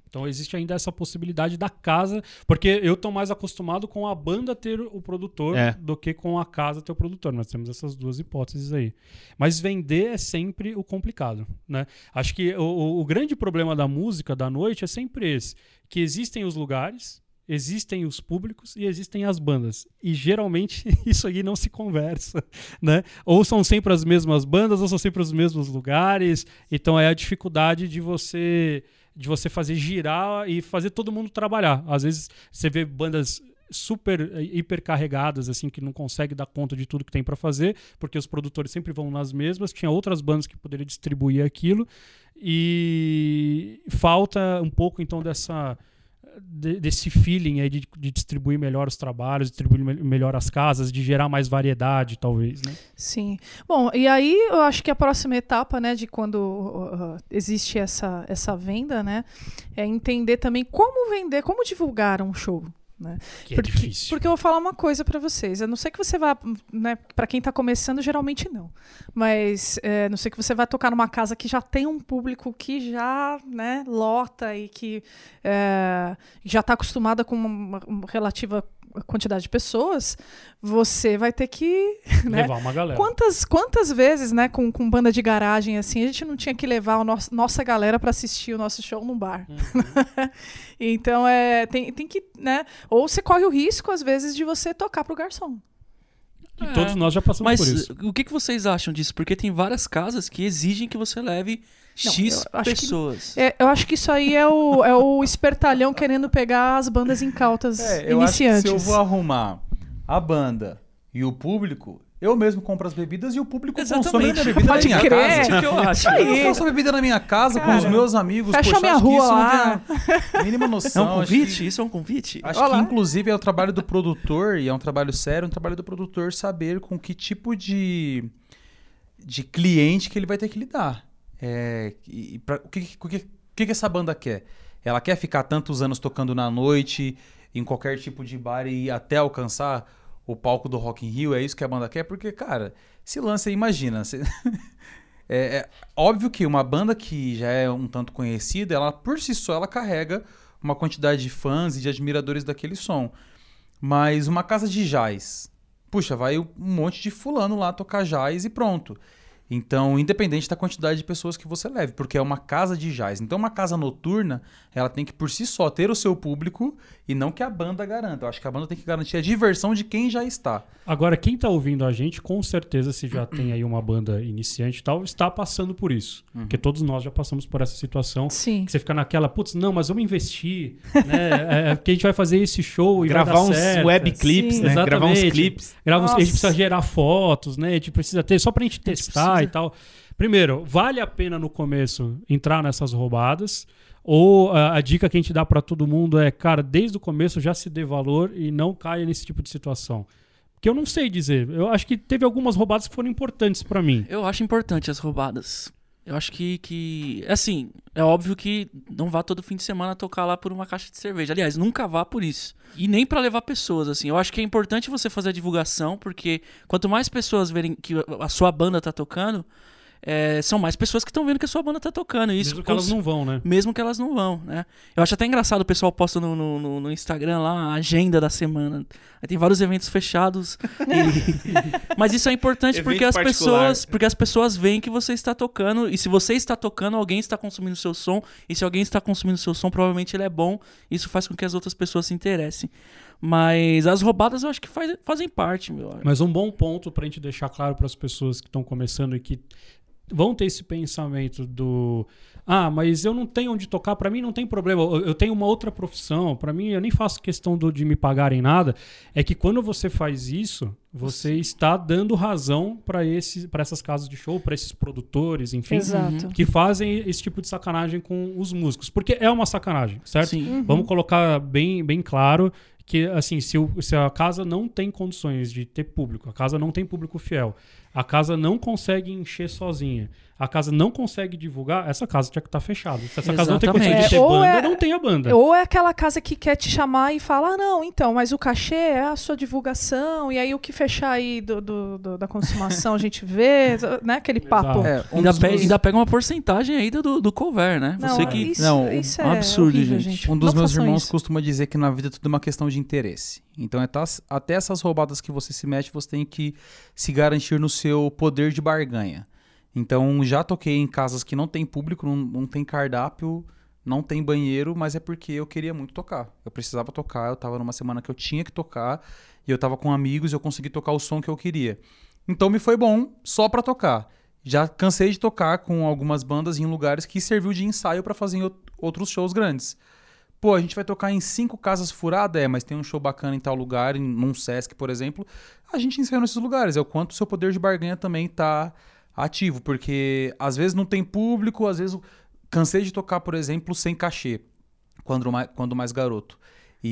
Então existe ainda essa possibilidade da casa, porque eu tô mais acostumado com a banda ter o produtor É. do que com a casa ter o produtor. Nós temos essas duas hipóteses aí. Mas vender é sempre o complicado, né? Acho que o, o, o grande problema da música da noite é sempre esse, que existem os lugares, existem os públicos e existem as bandas. E geralmente isso aí não se conversa, né? Ou são sempre as mesmas bandas, ou são sempre os mesmos lugares. Então é a dificuldade de você, de você fazer girar e fazer todo mundo trabalhar. Às vezes você vê bandas super hipercarregadas, assim, que não consegue dar conta de tudo que tem para fazer, porque os produtores sempre vão nas mesmas. Tinha outras bandas que poderiam distribuir aquilo. E falta um pouco, então, dessa... desse feeling aí de, de distribuir melhor os trabalhos, distribuir me- melhor as casas, de gerar mais variedade, talvez, né? Sim. Bom, e aí eu acho que a próxima etapa, né, de quando uh, existe essa, essa venda, né, é entender também como vender, como divulgar um show. Né? Que porque, é difícil. Porque eu vou falar uma coisa pra vocês. Eu não sei que você vai, né, para quem tá começando, geralmente não. Mas é, não sei que você vai tocar numa casa que já tem um público que já, né, lota e que é, já tá acostumada com uma, uma relativa quantidade de pessoas. Você vai ter que, né, levar uma galera. Quantas, quantas vezes, né, com, com banda de garagem assim, a gente não tinha que levar a nossa, nossa galera para assistir o nosso show num bar. Uhum. Então, é, tem, tem que, né, ou você corre o risco, às vezes, de você tocar pro garçom. E todos nós já passamos Mas por isso. o que, que vocês acham disso? Porque tem várias casas que exigem que você leve Não, X eu acho que- pessoas. É, eu acho que isso aí é o, é o espertalhão querendo pegar as bandas incautas É, eu acho que iniciantes. se eu vou arrumar a banda e o público, eu mesmo compro as bebidas e o público consome a minha bebida Pode na minha crer. casa. Isso que eu acho. Isso aí. Eu faço a bebida na minha casa com os Cara, meus amigos. fecha Poxa, a minha acho que rua isso lá. não tem a mínima É noção. um acho convite? que- Isso é um convite? Acho Olá. que, inclusive, é o trabalho do produtor, e é um trabalho sério, um trabalho do produtor saber com que tipo de, de cliente que ele vai ter que lidar. É, e pra- o que, o que, o que que essa banda quer? Ela quer ficar tantos anos tocando na noite, em qualquer tipo de bar e ir até alcançar o palco do Rock in Rio? É isso que a banda quer? Porque, cara, esse lance aí, imagina... você- É, é óbvio que uma banda que já é um tanto conhecida, ela por si só ela carrega uma quantidade de fãs e de admiradores daquele som. Mas uma casa de jazz, puxa, vai um monte de fulano lá tocar jazz e pronto. Então, independente da quantidade de pessoas que você leve, porque é uma casa de jazz. Então, uma casa noturna, ela tem que por si só ter o seu público e não que a banda garanta. Eu acho que a banda tem que garantir a diversão de quem já está. Agora, quem tá ouvindo a gente, com certeza, se já tem aí uma banda iniciante e tal, está passando por isso. Uhum. Porque todos nós já passamos por essa situação. Sim. Que você fica naquela, putz, não, mas vamos investir, né? É, porque a gente vai fazer esse show e Gravar vai dar uns certo. web clips, Sim. né? Gravar uns Exatamente. clipes. Grava uns- a gente Nossa. precisa gerar fotos, né? A gente precisa ter, só pra gente testar precisa. e tal. Primeiro, vale a pena no começo entrar nessas roubadas? Ou a, a dica que a gente dá pra todo mundo é, cara, desde o começo já se dê valor e não caia nesse tipo de situação? Porque eu não sei dizer. Eu acho que teve algumas roubadas que foram importantes pra mim. Eu acho importante as roubadas. Eu acho que, que... Assim, é óbvio que não vá todo fim de semana tocar lá por uma caixa de cerveja. Aliás, nunca vá por isso. E nem pra levar pessoas, assim. Eu acho que é importante você fazer a divulgação, porque quanto mais pessoas verem que a sua banda tá tocando, é, são mais pessoas que estão vendo que a sua banda tá tocando. E isso Mesmo que elas cons- não vão, né? Mesmo que elas não vão, né? Eu acho até engraçado, o pessoal posta no, no, no- no Instagram lá a agenda da semana. Aí tem vários eventos fechados. e- Mas isso é importante Evento porque as particular. pessoas, porque as pessoas veem que você está tocando. E se você está tocando, alguém está consumindo seu som. E se alguém está consumindo seu som, provavelmente ele é bom. Isso faz com que as outras pessoas se interessem. Mas as roubadas eu acho que faz- fazem parte, meu. Mas um bom ponto pra gente deixar claro para as pessoas que estão começando e que vão ter esse pensamento do ah, mas eu não tenho onde tocar, pra mim não tem problema, eu, eu tenho uma outra profissão, pra mim eu nem faço questão do, de me pagarem nada, é que quando você faz isso, você está dando razão pra esse, para essas casas de show, pra esses produtores, enfim, Exato. que fazem esse tipo de sacanagem com os músicos, porque é uma sacanagem, certo? Sim. Vamos colocar bem, bem claro que, assim, se, o- se a casa não tem condições de ter público, a casa não tem público fiel, a casa não consegue encher sozinha, a casa não consegue divulgar, essa casa tinha que estar fechada. Se essa casa não tem Exatamente. condição de ter É, ou banda, é- não tem a banda. Ou é aquela casa que quer te chamar e fala, ah, não, então, mas o cachê é a sua divulgação, e aí o que fechar aí do, do- do- da consumação a gente vê, né? Aquele papo. Exato. É, um Ainda, dos pe- meus- ainda pega uma porcentagem aí do, do cover, né? Não, Você que... isso, Não, isso um é absurdo, horrível, gente. Um dos Não meus façam irmãos isso. costuma dizer que na vida é tudo uma questão de interesse. Então, é tá- até essas roubadas que você se mete, você tem que se garantir no seu poder de barganha. Então, já toquei em casas que não tem público, não, não tem cardápio, não tem banheiro, mas é porque eu queria muito tocar. Eu precisava tocar, eu tava numa semana que eu tinha que tocar, e eu tava com amigos e eu consegui tocar o som que eu queria. Então, me foi bom só pra tocar. Já cansei de tocar com algumas bandas em lugares que serviu de ensaio pra fazer em out- outros shows grandes. Pô, a gente vai tocar em cinco casas furadas, é, mas tem um show bacana em tal lugar, em num Sesc, por exemplo. A gente ensaiou nesses lugares. É o quanto o seu poder de barganha também tá ativo, porque às vezes não tem público, às vezes... Cansei de tocar, por exemplo, sem cachê, quando mais, quando mais garoto.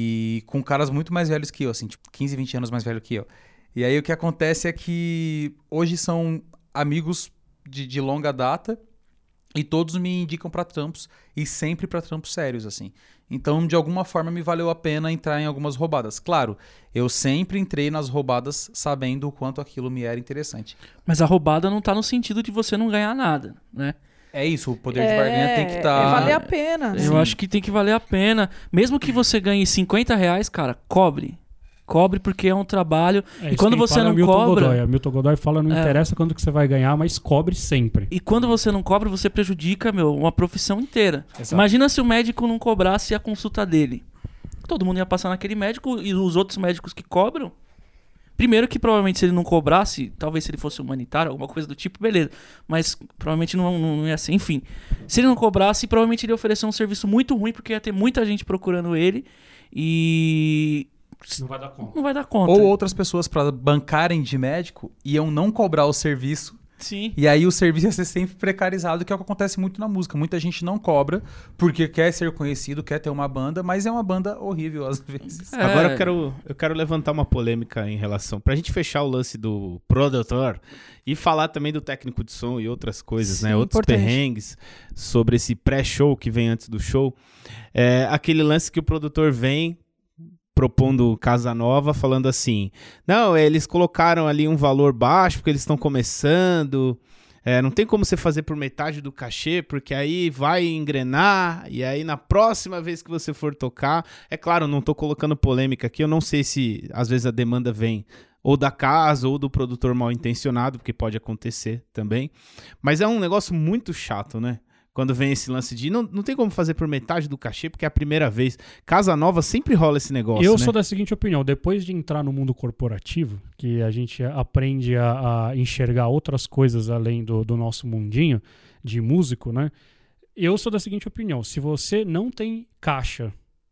E com caras muito mais velhos que eu, assim, tipo quinze, vinte anos mais velho que eu. E aí o que acontece é que hoje são amigos de, de longa data e todos me indicam pra trampos e sempre pra trampos sérios, assim. Então, de alguma forma, me valeu a pena entrar em algumas roubadas. Claro, eu sempre entrei nas roubadas sabendo o quanto aquilo me era interessante. Mas a roubada não tá no sentido de você não ganhar nada, né? É isso, o poder de barganha tem que É, estar... valer a pena. Eu né? acho que tem que valer a pena. Mesmo que você ganhe cinquenta reais, cara, cobre. Cobre porque é um trabalho. É, e isso quando quem você fala é não o Milton cobra... Godoy. A Milton Godoy fala, não É. interessa quanto que você vai ganhar, mas cobre sempre. E quando você não cobra, você prejudica, meu, uma profissão inteira. Exato. Imagina se o médico não cobrasse a consulta dele. Todo mundo ia passar naquele médico e os outros médicos que cobram. Primeiro que provavelmente se ele não cobrasse, talvez se ele fosse humanitário, alguma coisa do tipo, beleza. Mas provavelmente não, não ia ser. Enfim, se ele não cobrasse, provavelmente ele ia oferecer um serviço muito ruim, porque ia ter muita gente procurando ele e Não vai dar conta. não vai dar conta. Ou outras pessoas, para bancarem de médico, iam não cobrar o serviço. Sim. E aí o serviço ia ser sempre precarizado, que é o que acontece muito na música. Muita gente não cobra porque quer ser conhecido, quer ter uma banda, mas é uma banda horrível às vezes. É. Agora eu quero, eu quero levantar uma polêmica em relação... Pra gente fechar o lance do produtor e falar também do técnico de som e outras coisas, Sim, né? Outros importante. perrengues sobre esse pré-show que vem antes do show. É aquele lance que o produtor vem propondo casa nova, falando assim, não, eles colocaram ali um valor baixo porque eles estão começando, é, não tem como você fazer por metade do cachê, porque aí vai engrenar, e aí na próxima vez que você for tocar, é claro, não tô colocando polêmica aqui, eu não sei se às vezes a demanda vem ou da casa ou do produtor mal intencionado, porque pode acontecer também, mas é um negócio muito chato, né? Quando vem esse lance de não, não tem como fazer por metade do cachê, porque é a primeira vez. Casa nova sempre rola esse negócio, Eu né? sou da seguinte opinião, depois de entrar no mundo corporativo, que a gente aprende a, a enxergar outras coisas além do, do nosso mundinho de músico, né? Eu sou da seguinte opinião, se você não tem caixa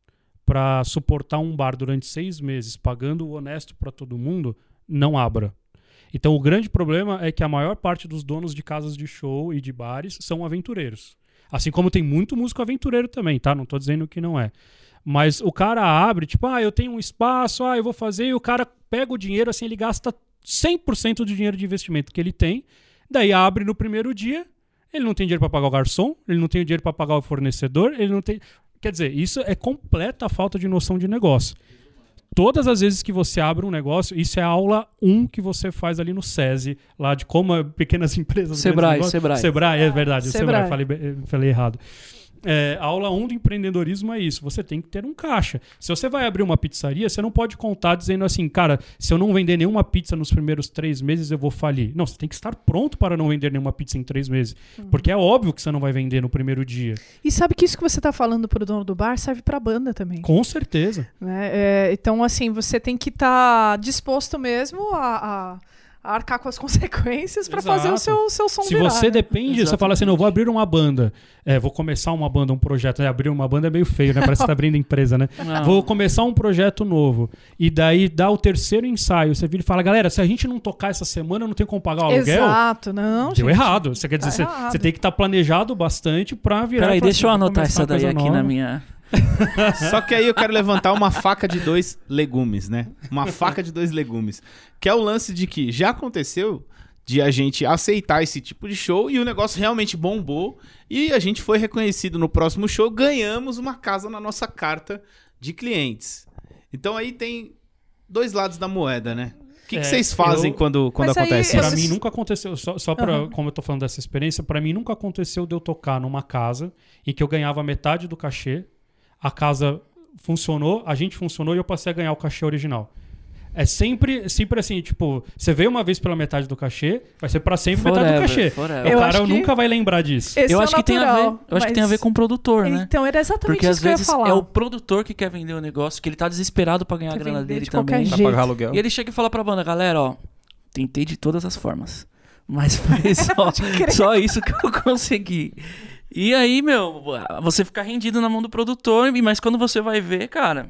para suportar um bar durante seis meses, pagando o honesto para todo mundo, não abra. Então o grande problema é que a maior parte dos donos de casas de show e de bares são aventureiros. Assim como tem muito músico aventureiro também, tá? Não tô dizendo que não é. Mas o cara abre, tipo, ah, eu tenho um espaço, ah, eu vou fazer, e o cara pega o dinheiro, assim, ele gasta cem por cento do dinheiro de investimento que ele tem, daí abre no primeiro dia, ele não tem dinheiro para pagar o garçom, ele não tem dinheiro para pagar o fornecedor, ele não tem... Quer dizer, isso é completa falta de noção de negócio. Todas as vezes que você abre um negócio, isso é a aula um que você faz ali no SESI, lá de como pequenas empresas... Sebrae, grandes negócios- Sebrae. Sebrae, é verdade, o Sebrae. Sebrae, falei, be- falei errado. É, a aula um do empreendedorismo é isso, você tem que ter um caixa. Se você vai abrir uma pizzaria, você não pode contar dizendo assim, cara, se eu não vender nenhuma pizza nos primeiros três meses, eu vou falir. Não, você tem que estar pronto para não vender nenhuma pizza em três meses. Porque é óbvio que você não vai vender no primeiro dia. E sabe que isso que você tá falando pro dono do bar serve pra banda também. Com certeza. Né? É, então, assim, você tem que estar disposto mesmo a, a- a arcar com as consequências pra Exato. fazer o seu, seu som Se virar, você né? depende, você fala assim, não, eu vou abrir uma banda, é, vou começar uma banda, um projeto, é, abrir uma banda é meio feio, né? Parece que você tá abrindo empresa, né? Não. Vou começar um projeto novo, e daí dá o terceiro ensaio, você vira e fala, galera, se a gente não tocar essa semana, eu não tenho como pagar o aluguel, Exato, não, deu gente. errado. Você quer dizer, Tá você, errado. você tem que estar planejado bastante pra virar... Peraí, e falar deixa eu assim, vou anotar começar essa daí coisa aqui nova. na minha... Só que aí eu quero levantar uma faca de dois legumes, né? Uma faca de dois legumes. Que é o lance de que já aconteceu de a gente aceitar esse tipo de show e o negócio realmente bombou e a gente foi reconhecido no próximo show, ganhamos uma casa na nossa carta de clientes. Então aí tem dois lados da moeda, né? O que, É, que vocês fazem eu- quando, quando Mas aí acontece eu- Pra isso? mim nunca aconteceu, só, só pra, Aham. como eu tô falando dessa experiência, pra mim nunca aconteceu de eu tocar numa casa em que eu ganhava metade do cachê, a casa funcionou, a gente funcionou e eu passei a ganhar o cachê original. É sempre, sempre assim, tipo, você veio uma vez pela metade do cachê, vai ser pra sempre metade do Forever, cachê. forever. Eu O cara acho que- nunca vai lembrar disso. Esse eu é acho o que tem a ver, natural, eu acho que tem a mas- ver com o produtor, né? Então, era exatamente Porque isso às que eu ia vezes falar. é o produtor que quer vender o negócio, que ele tá desesperado pra ganhar Quer a grana vender dele de qualquer também. Pra jeito. pagar aluguel. E ele chega e fala pra banda, galera, ó, tentei de todas as formas, mas foi só, só isso que eu consegui. E aí, meu, você fica rendido na mão do produtor, mas quando você vai ver, cara,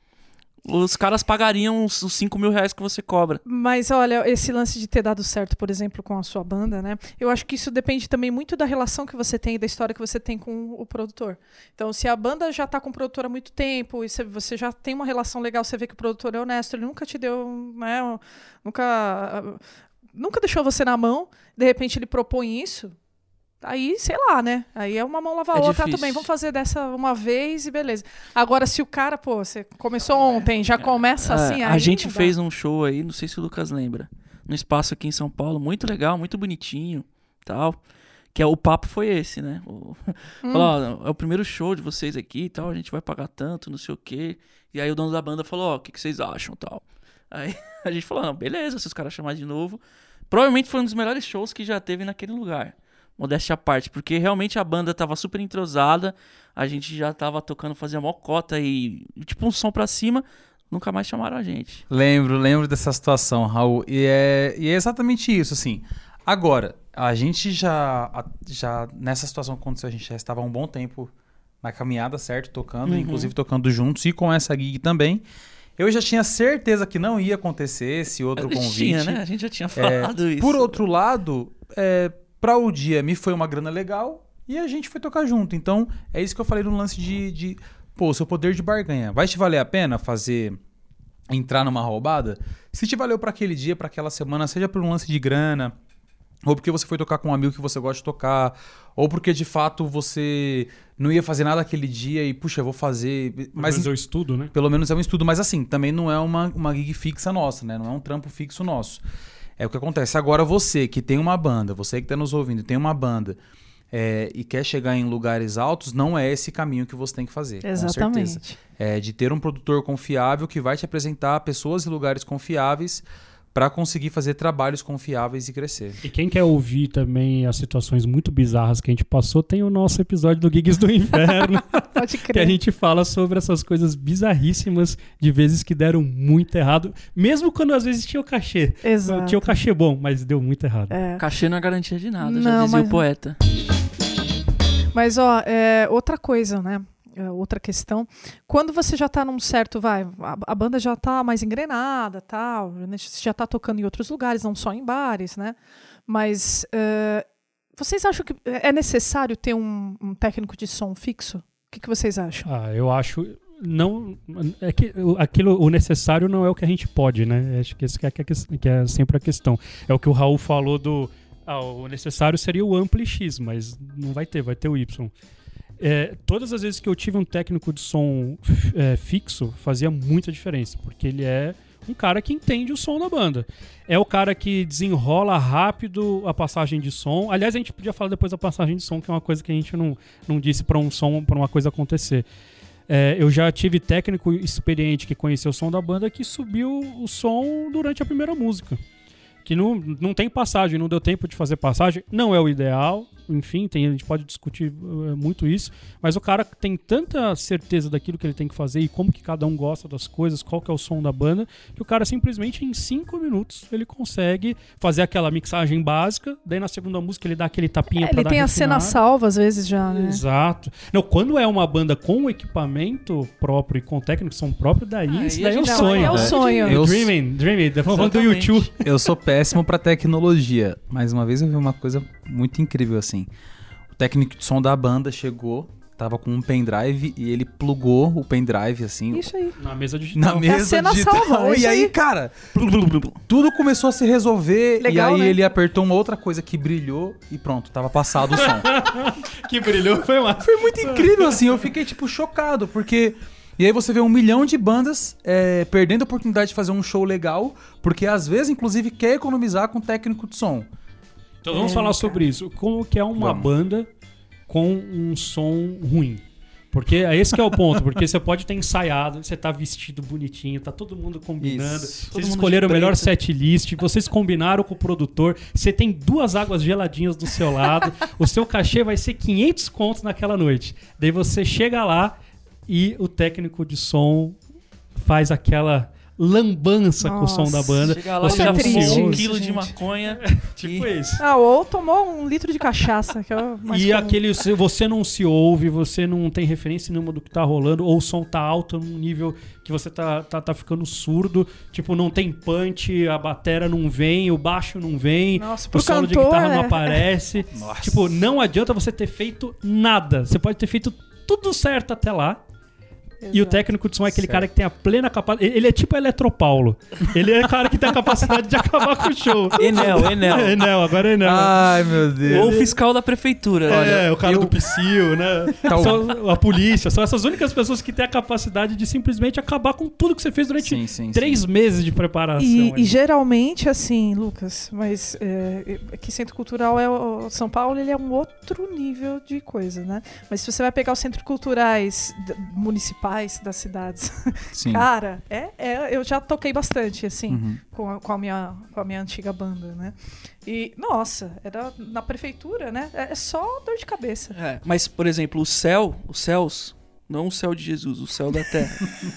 os caras pagariam os os cinco mil reais que você cobra. Mas olha, esse lance de ter dado certo, por exemplo, com a sua banda, né? Eu acho que isso depende também muito da relação que você tem e da história que você tem com o produtor. Então, se a banda já tá com o produtor há muito tempo e você- você já tem uma relação legal, você vê que o produtor é honesto, ele nunca te deu, né? um- Nunca, nunca deixou você na mão, de repente ele propõe isso. Aí, sei lá, né? Aí é uma mão lavar a É outra, difícil. tudo bem, vamos fazer dessa uma vez e beleza. Agora, se o cara, pô, você começou ontem, já começa assim, É, aí a gente não dá. fez um show aí, não sei se o Lucas lembra, no espaço aqui em São Paulo, muito legal, muito bonitinho, tal. Que é, o papo foi esse, né? O, Hum. falou, ó, é o primeiro show de vocês aqui e tal, a gente vai pagar tanto, não sei o quê. E aí o dono da banda falou, ó, o que, que vocês acham, tal. Aí a gente falou, não, beleza, se os caras chamarem de novo. Provavelmente foi um dos melhores shows que já teve naquele lugar. Modéstia à parte, porque realmente a banda tava super entrosada, a gente já tava tocando, fazia mó cota e tipo um som pra cima, nunca mais chamaram a gente. Lembro, lembro dessa situação, Raul. E é, e é exatamente isso, assim. Agora, a gente já, a- já, nessa situação que aconteceu, a gente já estava há um bom tempo na caminhada, certo? Tocando, Uhum. inclusive tocando juntos e com essa gig também. Eu já tinha certeza que não ia acontecer esse outro A gente convite. tinha, né? A gente já tinha É, falado isso. Por outro lado, é, para o dia me foi uma grana legal e a gente foi tocar junto. Então, é isso que eu falei no lance de, de pô, seu poder de barganha. Vai te valer a pena fazer, entrar numa roubada? Se te valeu para aquele dia, para aquela semana, seja por um lance de grana, ou porque você foi tocar com um amigo que você gosta de tocar, ou porque de fato você não ia fazer nada aquele dia e, puxa, eu vou fazer. Mas Mas eu estudo, né? pelo menos é um estudo, mas assim, também não é uma, uma gig fixa nossa, né? Não é um trampo fixo nosso. É o que acontece. Agora você que tem uma banda, você que está nos ouvindo, tem uma banda é, e quer chegar em lugares altos, não é esse caminho que você tem que fazer. Com certeza. Exatamente. É de ter um produtor confiável que vai te apresentar pessoas e lugares confiáveis para conseguir fazer trabalhos confiáveis e crescer. E quem quer ouvir também as situações muito bizarras que a gente passou, tem o nosso episódio do Gigs do Inferno, Pode que crer. a gente fala sobre essas coisas bizarríssimas de vezes que deram muito errado, mesmo quando às vezes tinha o cachê. Exato. Tinha o cachê bom, mas deu muito errado. É. Cachê não é garantia de nada, já Não, dizia mas- o poeta. Mas, ó, é, outra coisa, né? É, outra questão. Quando você já tá num certo, vai, a, a banda já tá mais engrenada, tal, né, você já tá tocando em outros lugares, não só em bares, né? Mas é, vocês acham que é necessário ter um, um técnico de som fixo? O que, que vocês acham? Ah, eu acho. Não. É que o- aquilo, o necessário não é o que a gente pode, né? Acho que isso que é, que é- que é sempre a questão. É o que o Raul falou do. Ah, o necessário seria o Ampli X, mas não vai ter, vai ter o Y. É, todas as vezes que eu tive um técnico de som f- é, fixo, fazia muita diferença, porque ele é um cara que entende o som da banda. É o cara que desenrola rápido a passagem de som. Aliás, a gente podia falar depois da passagem de som, que é uma coisa que a gente não, não disse para um som, para uma coisa acontecer. É, eu já tive técnico experiente que conheceu o som da banda que subiu o som durante a primeira música. Que não, não tem passagem, não deu tempo de fazer passagem. Não é o ideal, enfim, tem, a gente pode discutir uh, muito isso, mas o cara tem tanta certeza daquilo que ele tem que fazer e como que cada um gosta das coisas, qual que é o som da banda, que o cara simplesmente em cinco minutos ele consegue fazer aquela mixagem básica, daí na segunda música ele dá aquele tapinha É, pra ele dar tem a cena refinada. salva às vezes já, né? Exato. Não, quando é uma banda com equipamento próprio e com técnicos som próprio, daí Aí isso a daí é o gente- sonho. é o né? sonho. Eu- Dreaming, Dreaming, tá falando do Exatamente. YouTube. Eu sou péssimo pra tecnologia, mas uma vez eu vi uma coisa muito incrível assim. O técnico de som da banda chegou, tava com um pendrive e ele plugou o pendrive, assim, Isso aí. Na mesa digital. na mesa cena digital. salva, é e isso aí, aí. cara, tudo começou a se resolver. Legal, e aí né? ele apertou uma outra coisa que brilhou e pronto, tava passado o som. Que brilhou, foi uma... Foi muito incrível, assim. Eu fiquei, tipo, chocado, porque... E aí você vê um milhão de bandas é, perdendo a oportunidade de fazer um show legal, porque às vezes, inclusive, quer economizar com técnico de som. Então vamos É, falar cara. sobre isso. Como que é uma Vamos. banda com um som ruim? Porque é esse que é o ponto. Porque você pode ter ensaiado, você tá vestido bonitinho, tá todo mundo combinando. Isso. Todo Vocês mundo escolheram o de melhor preto. set list, vocês combinaram com o produtor, você tem duas águas geladinhas do seu lado, o seu cachê vai ser quinhentos contos naquela noite. Daí você chega lá e o técnico de som faz aquela lambança com o som da Nossa. banda. Chega lá e Você já não triste fumou se um ouve. isso, quilo de gente. maconha. Tipo e... isso. Ah, ou tomou um litro de cachaça, que é o mais E comum. aquele, se você não se ouve, você não tem referência nenhuma do que tá rolando, ou o som tá alto num nível que você tá, tá, tá ficando surdo, tipo, não tem punch, a batera não vem, o baixo não vem, Nossa, o pro solo de cantor, guitarra não é. aparece. Nossa. Tipo, não adianta você ter feito nada. Você pode ter feito tudo certo até lá. E o Exato. técnico de som é aquele Certo. cara que tem a plena capacidade. Ele é tipo Eletropaulo. Ele é o cara que tem a capacidade de acabar com o show. Enel, Enel. É, Enel, agora é Enel. Ai, meu Deus. Ou o fiscal da prefeitura. É, o cara eu- do Psyu, né? Tal- São a polícia, são essas únicas pessoas que têm a capacidade de simplesmente acabar com tudo que você fez durante Sim, sim, três sim. meses de preparação. E, ali. e geralmente, assim, Lucas, mas é, é que Centro Cultural é o São Paulo, ele é um outro nível de coisa, né? Mas se você vai pegar os centros culturais d- municipais das cidades, Sim. cara, é, é, eu já toquei bastante, assim, Uhum. com, a, com, a minha, com a minha antiga banda, né? E, nossa, era na prefeitura, né? É, é só dor de cabeça. É, mas, por exemplo, o céu, os céus, não o céu de Jesus, o céu da terra.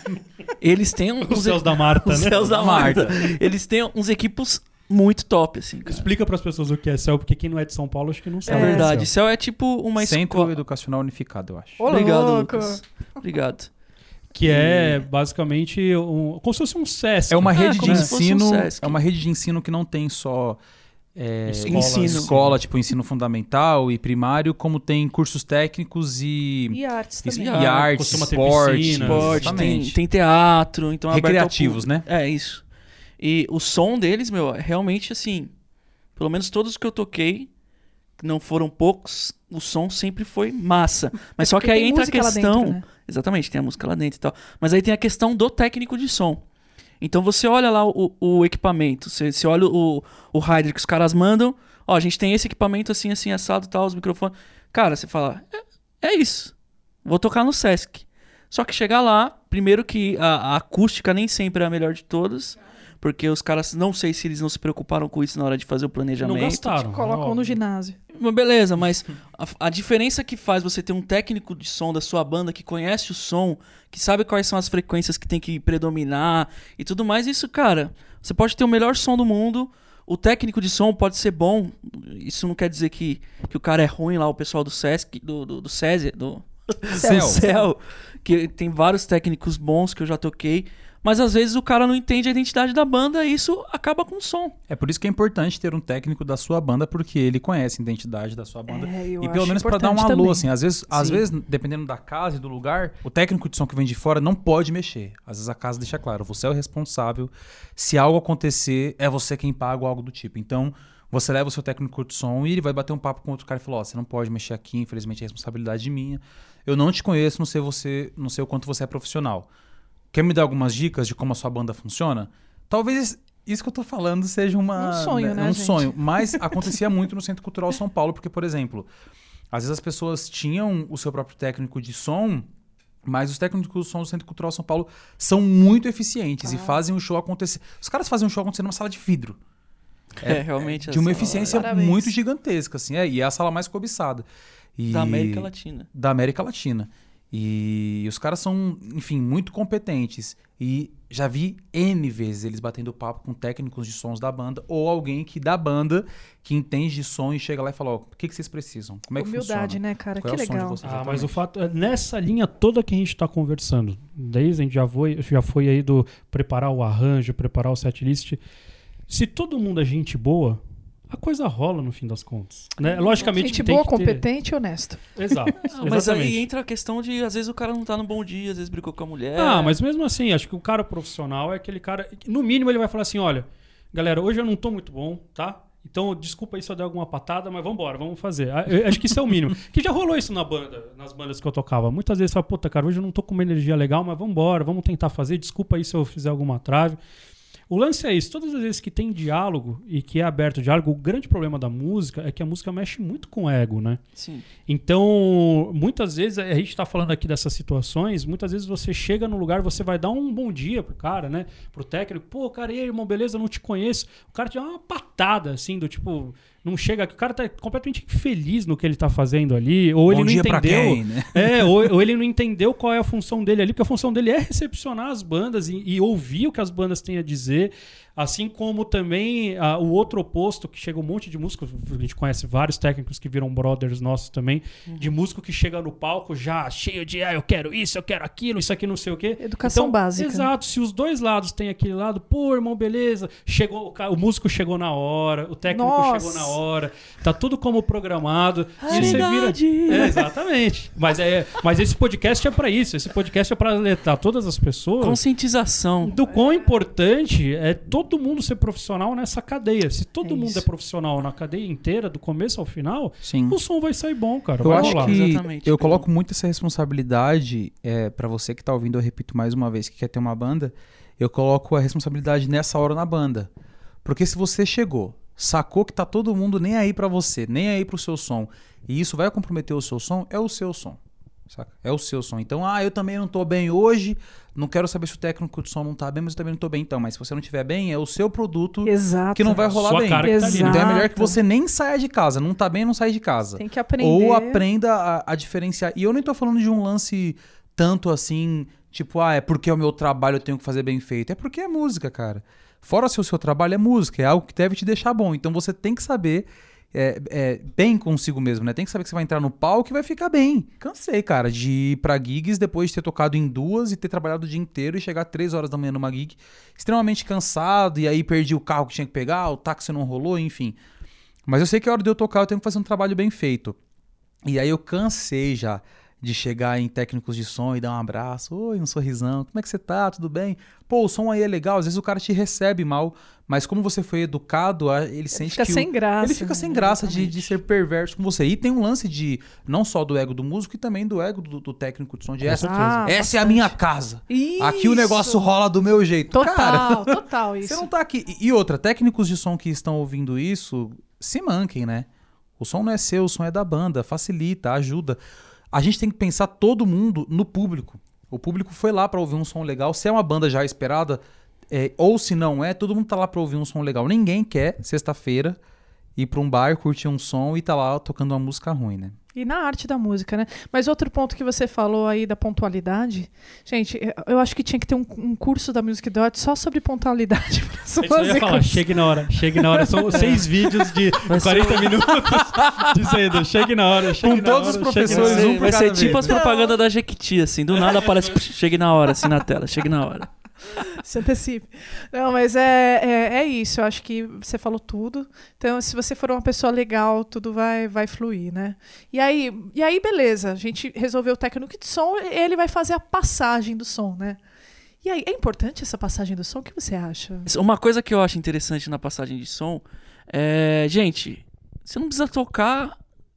Eles têm um- Os céus da Marta, os né? céus da Marta. Eles têm uns equipos muito top, assim, cara. Explica pras pessoas o que é céu, porque quem não é de São Paulo acho que não É sabe. o que verdade. céu. Céu é tipo uma Centro escola. Educacional Unificado, eu acho. Ô, Obrigado, louco. Lucas. Obrigado. Que é basicamente um, como se fosse um SESC. É uma É, rede de como se fosse um ensino. Sesc. É uma rede de ensino que não tem só é, Escola, ensino. escola, tipo ensino fundamental e primário, como tem cursos técnicos e, E artes e, também. E e artes, Costuma ter esporte, piscina, Esporte, tem, exatamente. tem teatro, então é aberto ao Recreativos, público. né? É, isso. E o som deles, meu, é realmente assim, pelo menos todos que eu toquei, que não foram poucos, o som sempre foi massa. Mas só que Porque aí tem entra a música lá questão... dentro, né? Exatamente, tem a música lá dentro e tal. Mas aí tem a questão do técnico de som. Então você olha lá o, o equipamento, você, você olha o, o rider que os caras mandam, ó, a gente tem esse equipamento assim, assim, assado, tal, os microfones. Cara, você fala, é, é isso, vou tocar no Sesc. Só que chegar lá, primeiro que a, a acústica nem sempre é a melhor de todas, porque os caras, não sei se eles não se preocuparam com isso na hora de fazer o planejamento. Não gastaram. Colocam óbvio. no ginásio. Mas beleza, mas a, a diferença que faz você ter um técnico de som da sua banda que conhece o som, que sabe quais são as frequências que tem que predominar e tudo mais, isso, cara, você pode ter o melhor som do mundo, o técnico de som pode ser bom, isso não quer dizer que, que o cara é ruim lá, o pessoal do Sesc, do, do, do SESI, do Céu. Céu, que tem vários técnicos bons que eu já toquei, mas às vezes o cara não entende a identidade da banda e isso acaba com o som. É por isso que é importante ter um técnico da sua banda, porque ele conhece a identidade da sua banda. É, eu E pelo acho menos pra dar um importante alô, também. assim, às vezes, às Sim. vezes, dependendo da casa e do lugar, o técnico de som que vem de fora não pode mexer. Às vezes a casa deixa claro, você é o responsável. Se algo acontecer, é você quem paga ou algo do tipo. Então, você leva o seu técnico de som e ele vai bater um papo com outro cara e falar, ó, você não pode mexer aqui, infelizmente é responsabilidade minha. Eu não te conheço, não sei você, não sei o quanto você é profissional. Quer me dar algumas dicas de como a sua banda funciona? Talvez isso que eu tô falando seja uma... Um sonho, né, Um gente? sonho. Mas acontecia muito no Centro Cultural São Paulo, porque, por exemplo, às vezes as pessoas tinham o seu próprio técnico de som, mas os técnicos de som do Centro Cultural São Paulo são muito eficientes e fazem o show acontecer. Os caras fazem um show acontecer numa sala de vidro. É, realmente. De uma essa- eficiência Parabéns. muito gigantesca, assim. É, e é a sala mais cobiçada. E- Da América Latina. Da América Latina. E os caras são, enfim, muito competentes. E já vi N vezes eles batendo papo com técnicos de sons da banda ou alguém que da banda que entende de som e chega lá e fala, ó, o que, que vocês precisam? Como é que Humildade, funciona? né, cara? Qual que é o som de legal. vocês? Ah, Exatamente. mas o fato é, nessa linha toda que a gente tá conversando, desde a gente já foi, já foi aí do preparar o arranjo, preparar o setlist. Se todo mundo é gente boa, a coisa rola no fim das contas. Né? Logicamente Gente tem boa, que ter... competente e honesta. Exato. Não, mas exatamente. aí entra a questão de, às vezes, o cara não tá no bom dia, às vezes brigou com a mulher. Ah, mas mesmo assim, acho que o cara profissional é aquele cara... No mínimo ele vai falar assim, olha, galera, hoje eu não tô muito bom, tá? Então, desculpa aí se eu der alguma patada, mas vambora, vamos fazer. Eu acho que isso é o mínimo. Que já rolou isso na banda, nas bandas que eu tocava. Muitas vezes você fala, puta, cara, hoje eu não tô com uma energia legal, mas vambora, vamos tentar fazer. Desculpa aí se eu fizer alguma trave. O lance é isso, todas as vezes que tem diálogo e que é aberto o diálogo, o grande problema da música é que a música mexe muito com o ego, né? Sim. Então, muitas vezes, a gente tá falando aqui dessas situações, muitas vezes você chega num lugar, você vai dar um bom dia pro cara, né? Pro técnico, pô, cara, e aí, irmão, beleza, eu não te conheço. O cara te dá uma patada, assim, do tipo... Não chega aqui, o cara tá completamente infeliz no que ele tá fazendo ali, ou Bom ele não dia entendeu. pra quem, né? É, ou, ou ele não entendeu qual é a função dele ali, porque a função dele é recepcionar as bandas e, e ouvir o que as bandas têm a dizer, assim como também ah, o outro oposto, que chega um monte de músicos, a gente conhece vários técnicos que viram brothers nossos também, uhum. de músico que chega no palco já cheio de, ah, eu quero isso, eu quero aquilo, isso aqui não sei o quê. Educação então, básica. Exato, se os dois lados têm aquele lado, pô, irmão, beleza, chegou, o, ca- o músico chegou na hora, o técnico Nossa. chegou na hora, tá tudo como programado. Ah, E você verdade. vira... É, exatamente. Mas, é, mas esse podcast é pra isso. Esse podcast é pra alertar todas as pessoas Conscientização. do quão importante é todo mundo ser profissional nessa cadeia. Se todo É mundo isso. é profissional na cadeia inteira, do começo ao final, Sim. o som vai sair bom, cara. Eu vai acho rolar. que Exatamente, eu cara. coloco muito essa responsabilidade é, para você que tá ouvindo, eu repito mais uma vez, que quer ter uma banda, eu coloco a responsabilidade nessa hora na banda. Porque se você chegou, sacou que tá todo mundo nem aí pra você, nem aí pro seu som, e isso vai comprometer o seu som, é o seu som. Saca? É o seu som. Então, ah, eu também não tô bem hoje, não quero saber se o técnico do som não tá bem, mas eu também não tô bem. Então, mas se você não estiver bem, é o seu produto Exato. que não vai rolar Sua bem. cara que tá ali, né? Então é melhor que Exato. você nem saia de casa. Não tá bem, não sai de casa. Tem que aprender. Ou aprenda a, a diferenciar. E eu nem tô falando de um lance tanto assim, tipo, ah, é porque é o meu trabalho, eu tenho que fazer bem feito. É porque é música, cara. Fora se o seu trabalho é música, é algo que deve te deixar bom. Então você tem que saber é, é, bem consigo mesmo, né? Tem que saber que você vai entrar no palco e vai ficar bem. Cansei, cara, de ir pra gigs depois de ter tocado em duas e ter trabalhado o dia inteiro e chegar três horas da manhã numa gig extremamente cansado, e aí perdi o carro que tinha que pegar, o táxi não rolou, enfim. Mas eu sei que a hora de eu tocar eu tenho que fazer um trabalho bem feito. E aí eu cansei já de chegar em técnicos de som e dar um abraço, oi, um sorrisão, como é que você tá, tudo bem? Pô, o som aí é legal, às vezes o cara te recebe mal, mas como você foi educado, ele sente fica que... sem o... graça, Ele fica né? sem graça de, Exatamente. de ser perverso com você. E tem um lance de, não só do ego do músico, e também do ego do, do técnico de som, de Com essa, certeza. Ah, essa é a bastante. minha casa. Isso. Aqui o negócio rola do meu jeito. Total, Cara, total isso. você não tá aqui. E outra, técnicos de som que estão ouvindo isso, se manquem, né? O som não é seu, o som é da banda, facilita, ajuda. A gente tem que pensar todo mundo no público. O público foi lá pra ouvir um som legal. Se é uma banda já esperada, é, ou se não é, todo mundo tá lá pra ouvir um som legal. Ninguém quer, sexta-feira, ir pra um bar, curtir um som e tá lá tocando uma música ruim, né? E na arte da música, né? Mas outro ponto que você falou aí da pontualidade, gente, eu acho que tinha que ter um, um curso da Music Dot só sobre pontualidade para Isso eu ia falar, chegue na hora, chegue na hora. São seis vídeos de Vai ser- quarenta minutos dizendo, chegue na hora, chegue Com na todos hora. os chegue na professores, hora. um por Vai cada ser tipo vez. as propagandas da Jequiti, assim. Do nada aparece, psh, chegue na hora, assim, na tela. Chegue na hora. Se antecipe. Não, mas é, é, é isso. Eu acho que você falou tudo. Então, se você for uma pessoa legal, tudo vai, vai fluir, né? E aí, e aí, beleza. A gente resolveu o técnico de som, ele vai fazer a passagem do som, né? E aí, é importante essa passagem do som? O que você acha? Uma coisa que eu acho interessante na passagem de som é... Gente, você não precisa tocar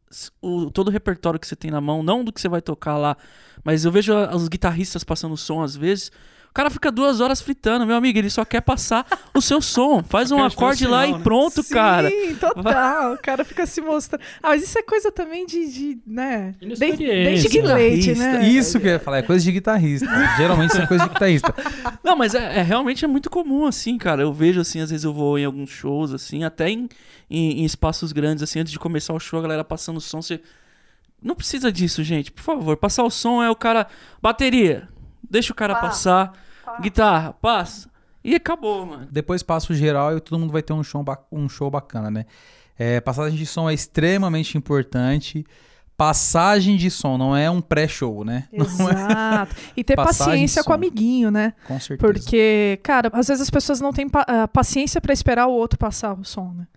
o, todo o repertório que você tem na mão, não do que você vai tocar lá, mas eu vejo a- os guitarristas passando som às vezes... O cara fica duas horas fritando, meu amigo, ele só quer passar o seu som. Faz um Quer ver acorde o lá sinal, e né? pronto, Sim, cara. total. O cara fica se mostrando. Ah, mas isso é coisa também de, de né? Desde, Inexperiência. desde leite, Guitarrista. né? Isso que eu ia falar, é coisa de guitarrista. Geralmente isso é coisa de guitarrista. Não, mas é, é realmente é muito comum, assim, cara. Eu vejo, assim, às vezes eu vou em alguns shows, assim, até em, em, em espaços grandes, assim, antes de começar o show, a galera passando o som, você... Não precisa disso, gente, por favor. Passar o som é o cara... Bateria, deixa o cara Pá. passar. Guitarra, passa. E acabou, mano. Depois passa o geral e todo mundo vai ter um show, ba- um show bacana, né? É, passagem de som é extremamente importante. Passagem de som não é um pré-show, né? Não é, Exato. E ter Passagem paciência de com o som. amiguinho, né? com certeza. Porque, cara, às vezes as pessoas não têm pa- ah, paciência pra esperar o outro passar o som, né?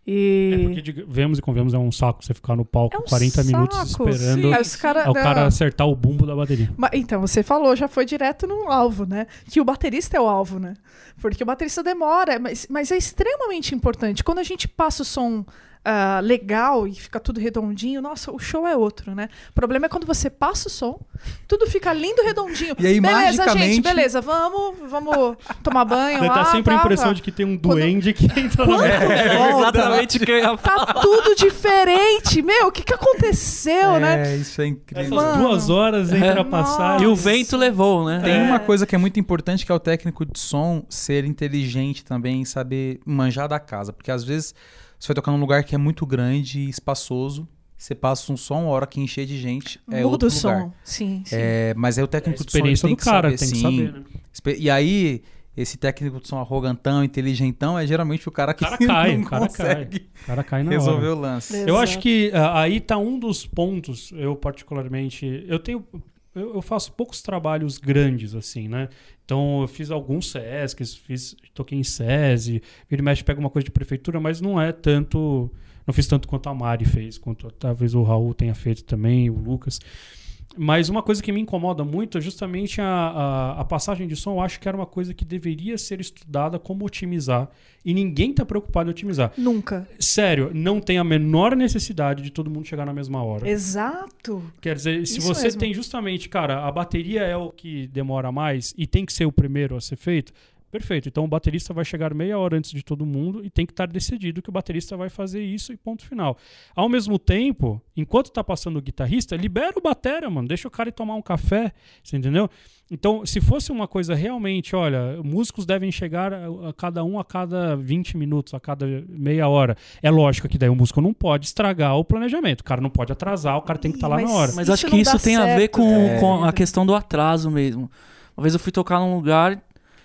E... É porque, diga- vemos e convenhamos, é um saco você ficar no palco É um quarenta minutos saco, esperando sim. Aí os cara, o cara não. acertar o bumbo da bateria. Ma- Então, você falou, já foi direto no alvo, né? Que o baterista é o alvo, né? Porque o baterista demora, mas, mas é extremamente importante. Quando a gente passa o som ah, legal e fica tudo redondinho, nossa, o show é outro, né? O problema é quando você passa o som, tudo fica lindo, redondinho. E aí, beleza, magicamente- gente, beleza, vamos, vamos tomar banho Você lá, dá sempre a tá, impressão tá. de que tem um Quando- duende que entra no Quando É volta, exatamente o que eu ia falar. tá tudo diferente. Meu, o que que aconteceu, né? É, isso é incrível. Essas Mano. duas horas entre É. a passagem. E o vento levou, né? Tem É. uma coisa que é muito importante, que é o técnico de som ser inteligente também, saber manjar da casa. Porque às vezes você vai tocar num lugar que é muito grande e espaçoso, você passa um som, a hora que encher de gente, é Muda outro o som. lugar. Sim, sim. É, mas aí o É a técnico de som ele experiência tem do que cara, saber, tem que sim. saber, né? Espe- E aí, esse técnico de som arrogantão, inteligentão, é geralmente o cara que O cara cai, não o cara consegue O cara cai na resolver hora. o lance. Exato. Eu acho que ah, aí tá um dos pontos, eu particularmente, eu tenho, eu, eu faço poucos trabalhos grandes assim, né? Então eu fiz alguns SESCs, fiz, toquei em SESI, vira e mexe pega uma coisa de prefeitura, mas não é tanto, não fiz tanto quanto a Mari fez, quanto talvez o Raul tenha feito também, o Lucas. Mas uma coisa que me incomoda muito é justamente a, a, a passagem de som. Eu acho que era uma coisa que deveria ser estudada como otimizar. E ninguém está preocupado em otimizar. Nunca. Sério, não tem a menor necessidade de todo mundo chegar na mesma hora. Exato. Quer dizer, se Isso você mesmo. tem justamente, cara, a bateria é o que demora mais e tem que ser o primeiro a ser feito, perfeito. Então o baterista vai chegar meia hora antes de todo mundo e tem que estar decidido que o baterista vai fazer isso e ponto final. Ao mesmo tempo, enquanto tá passando o guitarrista, libera o batera, mano. Deixa o cara ir tomar um café, você entendeu? Então, se fosse uma coisa realmente, olha, músicos devem chegar a, a cada um a cada vinte minutos, a cada meia hora. É lógico que daí o músico não pode estragar o planejamento. O cara não pode atrasar, o cara tem que estar lá na Mas- hora. Mas Isso acho que não isso dá tem a ver certo, com, né? com a questão do atraso mesmo. Uma vez eu fui tocar num lugar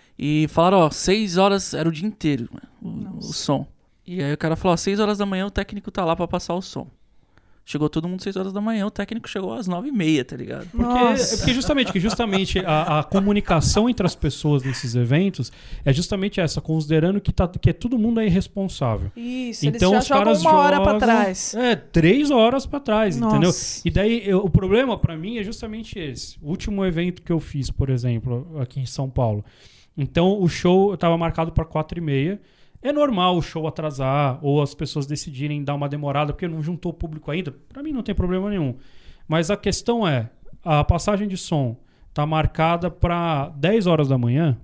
e falaram, ó, seis horas era o dia inteiro, né, o, o Nossa. som. E aí o cara falou, ó, seis horas da manhã o técnico tá lá pra passar o som. Chegou todo mundo seis horas da manhã, o técnico chegou às nove e meia, tá ligado? Porque, Nossa. é porque justamente, que justamente a, a comunicação entre as pessoas nesses eventos é justamente essa, considerando que, tá, que todo mundo é irresponsável. Isso, Então eles os já jogam caras uma hora pra jogam- trás. É, três horas pra trás, Nossa. entendeu? E daí, eu- o problema pra mim é justamente esse. O último evento que eu fiz, por exemplo, aqui em São Paulo. Então, o show estava marcado para quatro e meia. É normal o show atrasar ou as pessoas decidirem dar uma demorada porque não juntou o público ainda. Pra mim não tem problema nenhum. Mas a questão é, a passagem de som tá marcada para dez horas da manhã.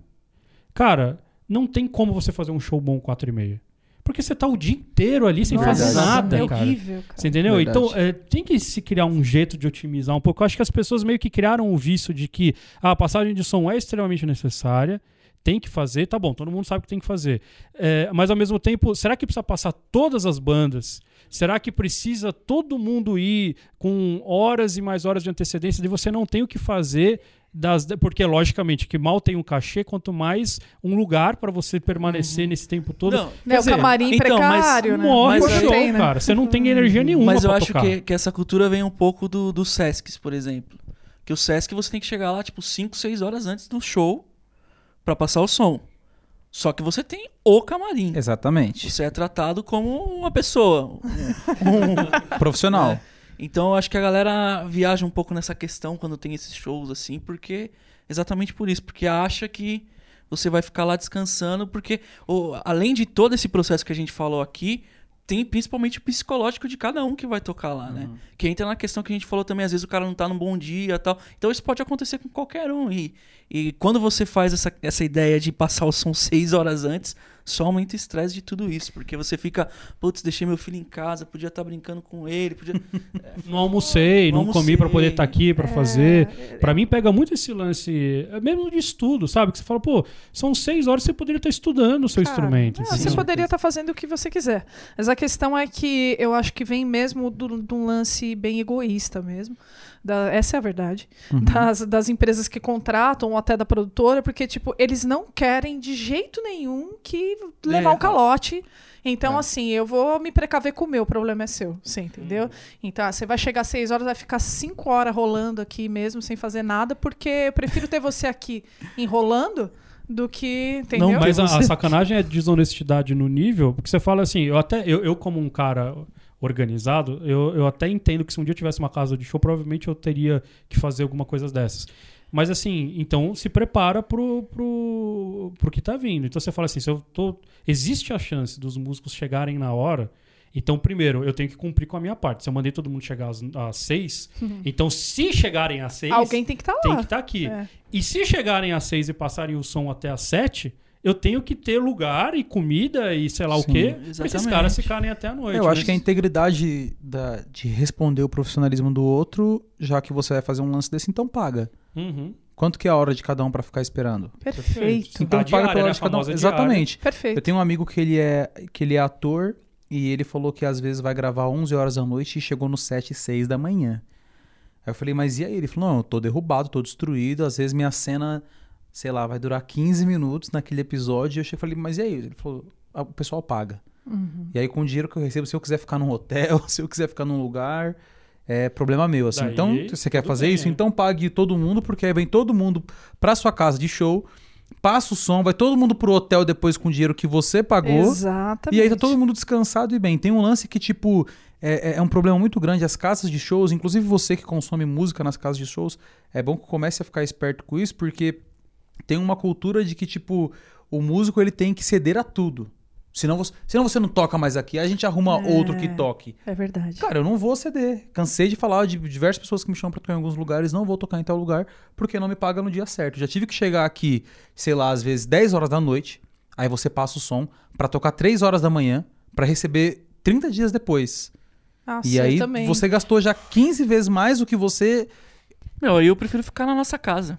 Cara, não tem como você fazer um show bom quatro e meia. Porque você tá o dia inteiro ali sem Verdade. fazer nada, é cara. horrível, cara. Você entendeu? Verdade. Então, é, tem que se criar um jeito de otimizar um pouco. Eu acho que as pessoas meio que criaram o vício de que a passagem de som é extremamente necessária, tem que fazer, tá bom, todo mundo sabe que tem que fazer. É, mas, ao mesmo tempo, será que precisa passar todas as bandas? Será que precisa todo mundo ir com horas e mais horas de antecedência e você não tem o que fazer? Das, porque, logicamente, que mal tem um cachê, quanto mais um lugar para você permanecer nesse tempo todo. Não, Né, Quer o dizer, camarim então, mas precário, né? Morre o Mas show, tem, né? cara. Você não tem energia nenhuma Mas eu pra acho tocar. que, que essa cultura vem um pouco do, do Sesc, por exemplo. Que o Sesc você tem que chegar lá, tipo, cinco, seis horas antes do show pra passar o som. Só que você tem o camarim. Exatamente. Você é tratado como uma pessoa. um- Profissional. É. Então eu acho que a galera viaja um pouco nessa questão quando tem esses shows assim, porque exatamente por isso, porque acha que você vai ficar lá descansando, porque o- além de todo esse processo que a gente falou aqui, tem principalmente o psicológico de cada um que vai tocar lá, né? Que entra na questão que a gente falou também, às vezes o cara não tá num bom dia e tal. Então isso pode acontecer com qualquer um. E, e quando você faz essa, essa ideia de passar o som seis horas antes, só aumenta o estresse de tudo isso. Porque você fica, putz, deixei meu filho em casa, podia estar brincando com ele, podia... Não almocei, não, Não comi pra poder almocei. estar aqui pra fazer. Pra mim pega muito esse lance, é mesmo de estudo, sabe? Que você fala, pô, são seis horas você poderia estar estudando o seu Cara, instrumento. não, entendeu? você poderia estar fazendo o que você quiser. Mas a questão é que eu acho que vem mesmo do- de um lance bem egoísta mesmo. Da- essa é a verdade. Das, das empresas que contratam, ou até da produtora, porque, tipo, eles não querem de jeito nenhum que levar É. um calote. Então, É. assim, eu vou me precaver com o meu, o problema é seu. Você entendeu? Então, ah, você vai chegar às seis horas, vai ficar cinco horas rolando aqui mesmo, sem fazer nada, porque eu prefiro ter você aqui enrolando do que, entendeu? Não, mas a, você- a sacanagem é desonestidade no nível, porque você fala assim, eu até, eu, eu como um cara organizado, eu, eu até entendo que se um dia eu tivesse uma casa de show, provavelmente eu teria que fazer alguma coisa dessas. Mas assim, então se prepara pro, pro, pro que tá vindo. Então você fala assim, se eu tô, existe a chance dos músicos chegarem na hora, então primeiro eu tenho que cumprir com a minha parte. Se eu mandei todo mundo chegar às, às seis, então se chegarem às seis, Alguém tem que estar tem lá. que estar aqui. É. E se chegarem às seis e passarem o som até às sete, eu tenho que ter lugar e comida e sei lá Sim, o quê, pra esses exatamente. caras ficarem até a noite. Eu né? acho que a integridade da, de responder o profissionalismo do outro, já que você vai fazer um lance desse, então paga. Uhum. Quanto que é a hora de cada um pra ficar esperando? Perfeito. Então A paga diária, pela né? hora A de cada um. famosa Exatamente. Eu Perfeito. tenho um amigo que ele é, que ele é ator e ele falou que às vezes vai gravar onze horas da noite e chegou no set seis da manhã. Aí eu falei, mas e aí? Ele falou, não, eu tô derrubado, tô destruído, às vezes minha cena, sei lá, vai durar quinze minutos naquele episódio. E eu cheguei, falei, mas e aí? Ele falou, "Ah, o pessoal paga. Uhum. E aí com o dinheiro que eu recebo, se eu quiser ficar num hotel, se eu quiser ficar num lugar, é problema meu, assim. Daí, Então, se você quer tudo fazer bem, isso, é. então pague todo mundo, porque aí vem todo mundo pra sua casa de show, passa o som, vai todo mundo pro hotel depois com o dinheiro que você pagou. Exatamente. E aí tá todo mundo descansado e bem. Tem um lance que, tipo, é, é um problema muito grande. As casas de shows, inclusive você que consome música nas casas de shows, é bom que comece a ficar esperto com isso, porque tem uma cultura de que, tipo, o músico ele tem que ceder a tudo. Senão você, senão você não toca mais aqui, aí a gente arruma É. outro que toque. É verdade. Cara, eu não vou ceder. Cansei de falar de diversas pessoas que me chamam pra tocar em alguns lugares, não vou tocar em tal lugar, porque não me paga no dia certo. Já tive que chegar aqui, sei lá, às vezes dez horas da noite, aí você passa o som pra tocar três horas da manhã, pra receber trinta dias depois. Ah, E sim, aí eu também. você gastou já quinze vezes mais do que você... Meu, aí eu prefiro ficar na nossa casa.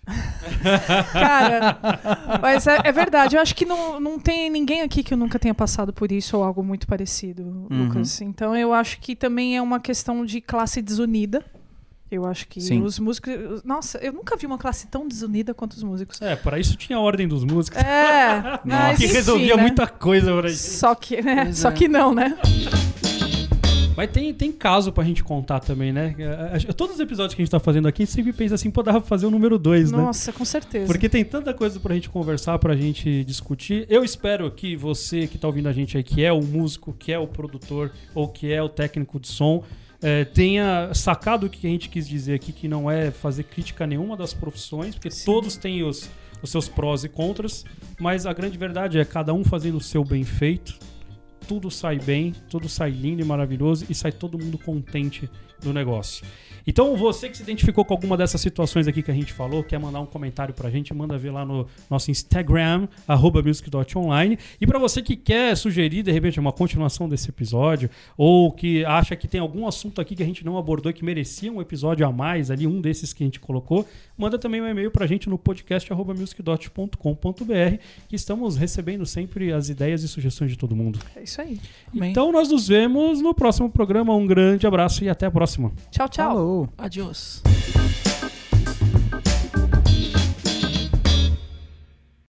Cara, mas é, é verdade. Eu acho que não, não tem ninguém aqui que eu nunca tenha passado por isso ou algo muito parecido, Uhum. Lucas. Então eu acho que também é uma questão de classe desunida. Eu acho que Sim. os músicos... Nossa, eu nunca vi uma classe tão desunida quanto os músicos. É, para isso tinha a ordem dos músicos. É, mas que enfim, resolvia né? muita coisa pra gente. Só que, né? Pois Só é. que não, né? Mas tem, tem caso pra gente contar também, né? É, é, Todos os episódios que a gente tá fazendo aqui, a gente sempre pensa assim, pô, dava pra fazer o número dois, né? Nossa, com certeza. Porque tem tanta coisa pra gente conversar, pra gente discutir. Eu espero que você que tá ouvindo a gente aí, que é o músico, que é o produtor ou que é o técnico de som, é, tenha sacado o que a gente quis dizer aqui, que não é fazer crítica a nenhuma das profissões, porque Sim. todos têm os, os seus prós e contras, mas a grande verdade é cada um fazendo o seu bem feito, tudo sai bem, tudo sai lindo e maravilhoso e sai todo mundo contente do negócio. Então você que se identificou com alguma dessas situações aqui que a gente falou, quer mandar um comentário pra gente, manda ver lá no nosso Instagram, arroba music dot online. E pra você que quer sugerir, de repente, uma continuação desse episódio, ou que acha que tem algum assunto aqui que a gente não abordou e que merecia um episódio a mais, ali um desses que a gente colocou, manda também um e-mail pra gente no podcast arroba music dot ponto com ponto b r, que estamos recebendo sempre as ideias e sugestões de todo mundo. É isso aí. Amém. Então nós nos vemos no próximo programa. Um grande abraço e até a próxima. Tchau, tchau. Falou. Adiós.